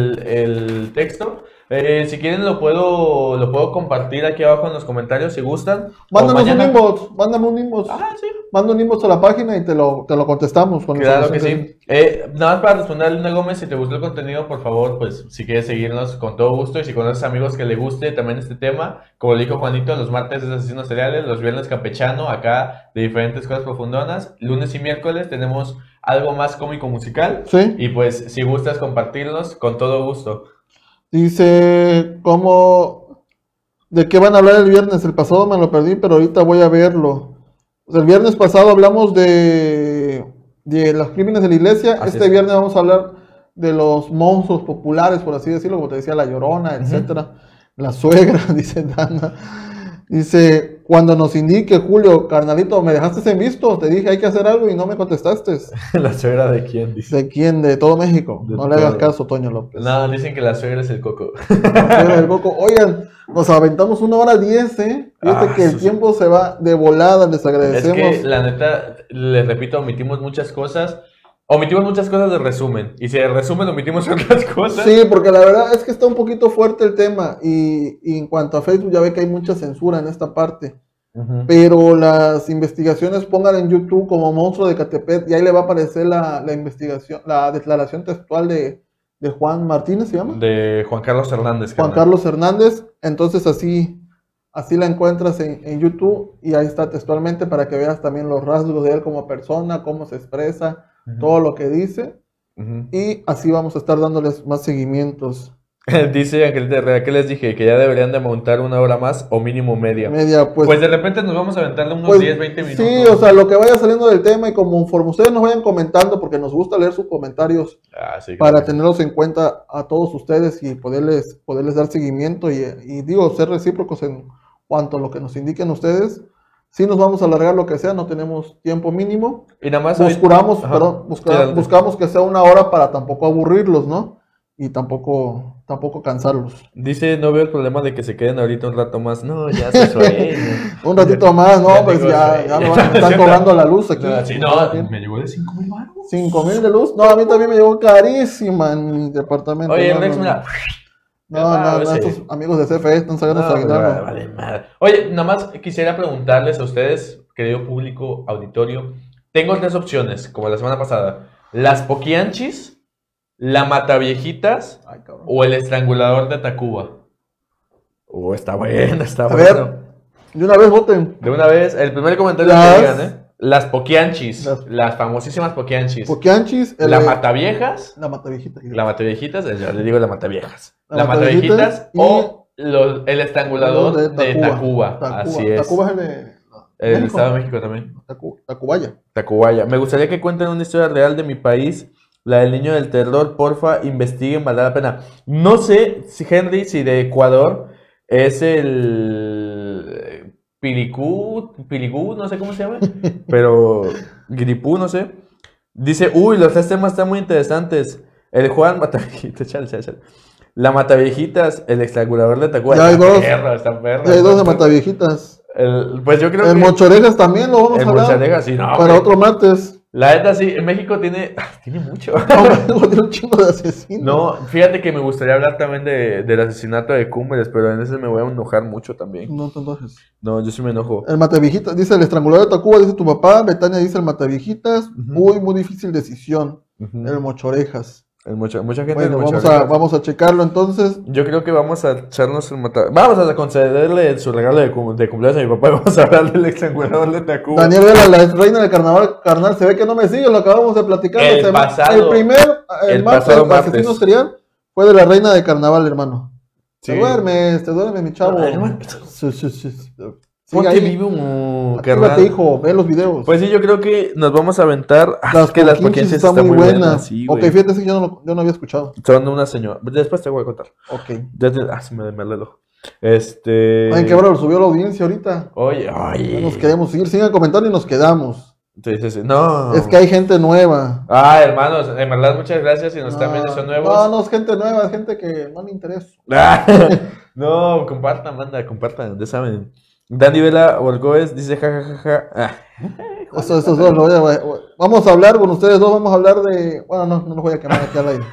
el texto, si quieren lo puedo compartir aquí abajo en los comentarios si gustan. Mándanos un inbox, mándame un inbox. Sí. Manda un inbox a la página y te lo contestamos. Claro que sí. Nada más para responder a Luna Gómez, si te gustó el contenido, por favor, pues si quieres seguirnos con todo gusto y si conoces amigos que le guste también este tema, como le dijo Juanito, los martes es asesinos seriales, los viernes campechano, acá de diferentes cosas profundonas, lunes y miércoles tenemos algo más cómico musical. Sí. Y pues si gustas compartirnos, con todo gusto. Dice, ¿de qué van a hablar el viernes? El pasado me lo perdí, pero ahorita voy a verlo. El viernes pasado hablamos de los crímenes de la iglesia. Este viernes vamos a hablar de los monstruos populares, por así decirlo, como te decía, la Llorona, etcétera. La suegra, dice Dana. Dice, cuando nos indique, Julio, carnalito, me dejaste en visto, te dije hay que hacer algo y no me contestaste. ¿La suegra de quién? Dice. ¿De quién? De todo México. No le hagas caso, Toño López. No, dicen que la suegra es el Coco. La suegra del Coco. Oigan, nos aventamos 1 hora 10, Fíjate que el tiempo se va de volada, les agradecemos. Es que, la neta, les repito, omitimos muchas cosas de resumen. Y si de resumen omitimos otras cosas. Sí, porque la verdad es que está un poquito fuerte el tema. Y en cuanto a Facebook, ya ve que hay mucha censura en esta parte. Pero las investigaciones, pongan en YouTube como Monstruo de Catepec y ahí le va a aparecer la investigación, la declaración textual de Juan Martínez, ¿se llama? De Juan Carlos Hernández. Carlos Hernández. Entonces así la encuentras en YouTube y ahí está textualmente para que veas también los rasgos de él como persona, cómo se expresa, todo lo que dice. Y así vamos a estar dándoles más seguimientos. Dice Angelita Herrera, ¿qué les dije? Que ya deberían de montar 1 hora más o mínimo media. Pues de repente nos vamos a aventar unos 10, 20 minutos. Sí, o sea, lo que vaya saliendo del tema y conforme ustedes nos vayan comentando, porque nos gusta leer sus comentarios para tenerlos en cuenta a todos ustedes y poderles dar seguimiento y digo, ser recíprocos en cuanto a lo que nos indiquen ustedes. Sí nos vamos a alargar lo que sea, no tenemos tiempo mínimo. Y nada más buscamos que sea 1 hora para tampoco aburrirlos, ¿no? Y tampoco cansarlos. Dice, no veo el problema de que se queden ahorita un rato más. No, ya se sueña. Un ratito más, no, pues ya me están cobrando la luz aquí. Me llegó de 5,000 baros. 5,000 de luz. No, a mí también me llegó carísima en mi departamento. Oye, Rex, mira. No, estos amigos de CFE están sacando su aguinaldo. Vale, madre. Oye, nada más quisiera preguntarles a ustedes, querido público, auditorio. Tengo 3 opciones, como la semana pasada. Las poquianchis, la Mataviejitas o el Estrangulador de Tacuba. Está bueno, está bueno. A ver, de una vez voten. De una vez, el primer comentario que digan, Las Poquianchis, las famosísimas Poquianchis. Poquianchis, la Mataviejas. La Mataviejitas. La Mataviejitas, yo le digo la Mataviejas. La Mataviejitas o el Estrangulador de Tacuba. Así es. Tacuba es el de... El Estado de México también. Tacubaya. Me gustaría que cuenten una historia real de mi país, la del niño del terror. Porfa, investiguen, vale la pena. No sé, Henry, si de Ecuador es el Pilicú, no sé cómo se llama, pero Gripú, no sé. Dice, los 3 temas están muy interesantes. El Juan Mataviejitas, chale. La Mataviejitas, el Estrangulador de Tacuba. Ya hay dos. Está perro. Hay dos de Mataviejitas. Pues yo creo el Mochorejas también lo vamos a hablar. Mochorejas, sí, no. Para otro martes. La neta, sí, en México tiene mucho. Tiene un chingo de asesinos. No, fíjate que me gustaría hablar también del asesinato de Cumbres, pero en ese me voy a enojar mucho también. No te enojes. No, yo sí me enojo. El Mataviejitas, dice el Estrangulador de Tacuba, dice tu papá. Betania dice el Mataviejitas. Muy difícil decisión. El Mochorejas. Mucha gente. Bueno, vamos a checarlo entonces. Yo creo que vamos a echarnos vamos a concederle su regalo de cumpleaños a mi papá y vamos a hablar del Estrangulador de Tacuba. Daniel Vela, la reina del carnaval carnal, se ve que no me sigue, lo acabamos de platicar. El pasado martes. Asesino serial fue de la reina de carnaval, hermano. Sí. Te duermes, mi chavo. Ponte vivo, carnal. Hijo, ve los videos. Pues sí, yo creo que nos vamos a aventar. Las Poquianchis están muy buenas. Sí, ok, fíjate que yo no había escuchado. Son de una señora. Después te voy a contar. Ok. Se me reloj. Ay, qué bueno, subió la audiencia ahorita. Oye. No nos queremos seguir. Sigan comentando y nos quedamos. Sí. No. Es que hay gente nueva. Hermanos, en verdad, muchas gracias si nos están viendo, son nuevos. No es gente nueva, es gente que no le interesa. No, compartan, ya saben. Dani Vela Borgoes dice jajajaja. Estos dos vamos a hablar con ustedes dos, vamos a hablar de... Bueno, no los voy a quemar aquí al aire.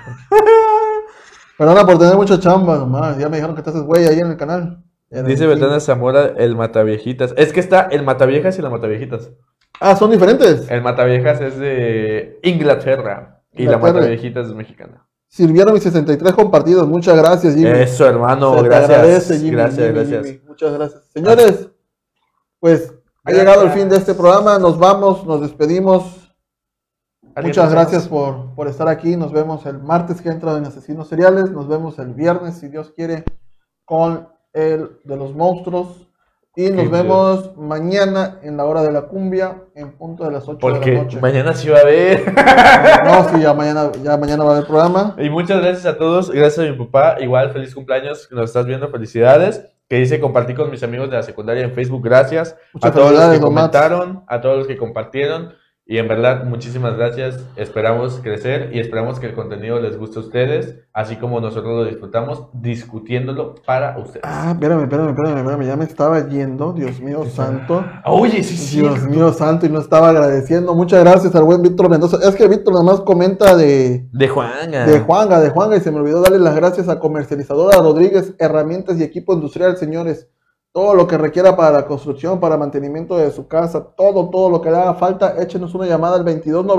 Perdona por tener mucha chamba nomás, ya me dijeron que te haces güey ahí en el canal. Dice Betania Zamora, el Mataviejitas. Es que está el Mataviejas y la Mataviejitas. ¿Son diferentes? El Mataviejas es de Inglaterra y la Mataviejitas es mexicana. Sirvieron mis 63 compartidos, muchas gracias, Jimmy. Eso, hermano, gracias. Agradece, Jimmy, gracias. Muchas gracias. Señores, pues ha llegado el fin de este programa, nos vamos, nos despedimos. Muchas gracias por estar aquí, nos vemos el martes que entra en Asesinos Seriales, nos vemos el viernes, si Dios quiere, con el de los monstruos. Y nos vemos mañana en la hora de la cumbia, en punto de las 8 de la noche. Mañana sí va a haber. No, sí, ya mañana va a haber programa. Y muchas gracias a todos, gracias a mi papá, igual feliz cumpleaños, que nos estás viendo, felicidades. Que dice compartí con mis amigos de la secundaria en Facebook, gracias. A todos los que comentaron, a todos los que compartieron. Y en verdad, muchísimas gracias. Esperamos crecer y esperamos que el contenido les guste a ustedes, así como nosotros lo disfrutamos, discutiéndolo para ustedes. Espérame, ya me estaba yendo, Dios mío santo. Oye, sí. Dios mío santo, y no estaba agradeciendo. Muchas gracias al buen Víctor Mendoza. Es que Víctor nada más comenta de Juanga, y se me olvidó darle las gracias a Comercializadora Rodríguez, herramientas y equipo industrial, señores. Todo lo que requiera para la construcción, para mantenimiento de su casa, todo lo que le haga falta, échenos una llamada al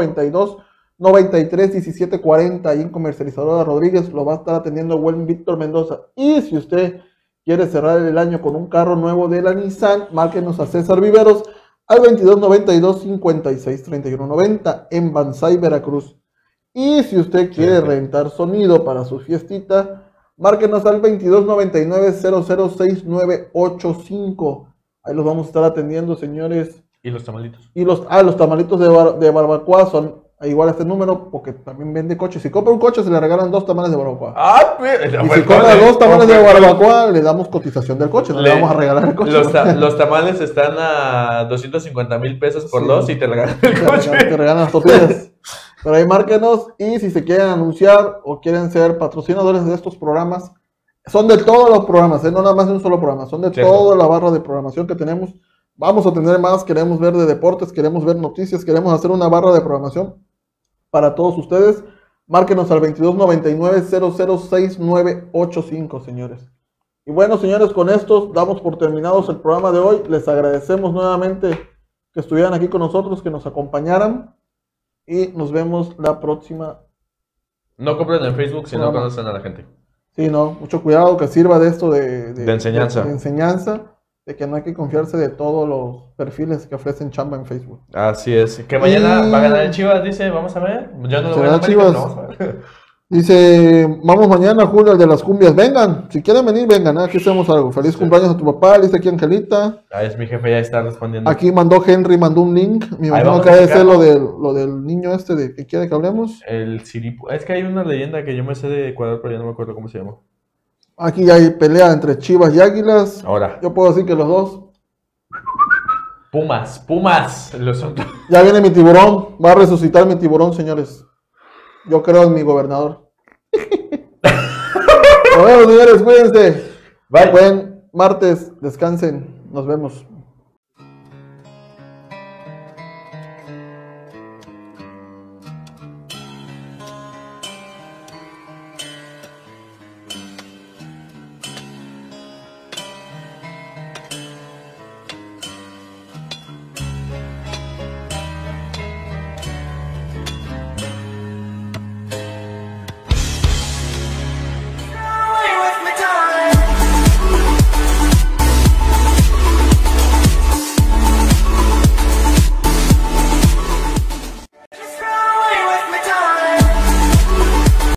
2292-931740 ahí en Comercializadora Rodríguez, lo va a estar atendiendo el buen Víctor Mendoza. Y si usted quiere cerrar el año con un carro nuevo de la Nissan, márquenos a César Viveros al 2292-563190 en Banzai, Veracruz. Y si usted quiere rentar sonido para su fiestita, márquenos al 2299-006985. Ahí los vamos a estar atendiendo, señores. ¿Y los tamalitos? Y los tamalitos de barbacoa son igual a este número, porque también vende coches. Si compra un coche, se le regalan 2 tamales de barbacoa. Y si compra 2 tamales de barbacoa, le damos cotización del coche. No le vamos a regalar el coche. Los tamales están a 250,000 pesos por 2 y te regalan el coche. Te regalan las tortillas. Pero ahí márquenos, y si se quieren anunciar o quieren ser patrocinadores de estos programas, son de todos los programas, no nada más de un solo programa, son de toda la barra de programación que tenemos. Vamos a tener más, queremos ver de deportes, queremos ver noticias, queremos hacer una barra de programación para todos ustedes. Márquenos al 2299-006985, señores. Y bueno, señores, con esto damos por terminados el programa de hoy. Les agradecemos nuevamente que estuvieran aquí con nosotros, que nos acompañaran. Y nos vemos la próxima No compren en Facebook si no conocen a la gente. Sí, no, mucho cuidado, que sirva de esto de enseñanza. De enseñanza, de que no hay que confiarse de todos los perfiles que ofrecen chamba en Facebook. Así es. Que mañana va a ganar el Chivas, dice, vamos a ver. Yo no lo voy a Chivas. Vamos a ver. Dice, vamos mañana, Julio, el de las cumbias. Vengan, si quieren venir, vengan, aquí hacemos algo. Feliz cumpleaños a tu papá, dice aquí Angelita. Es mi jefe, ya está respondiendo. Aquí mandó Henry, mandó un link. Me imagino que debe ser lo del niño este de que quiere que hablemos. El Siripo. Es que hay una leyenda que yo me sé de Ecuador, pero ya no me acuerdo cómo se llama. Aquí hay pelea entre Chivas y Águilas. Ahora. Yo puedo decir que los dos. Pumas. Los otros. Ya viene mi tiburón. Va a resucitar mi tiburón, señores. Yo creo en mi gobernador. Nos vemos, señores. Cuídense. Bye. Buen martes. Descansen. Nos vemos.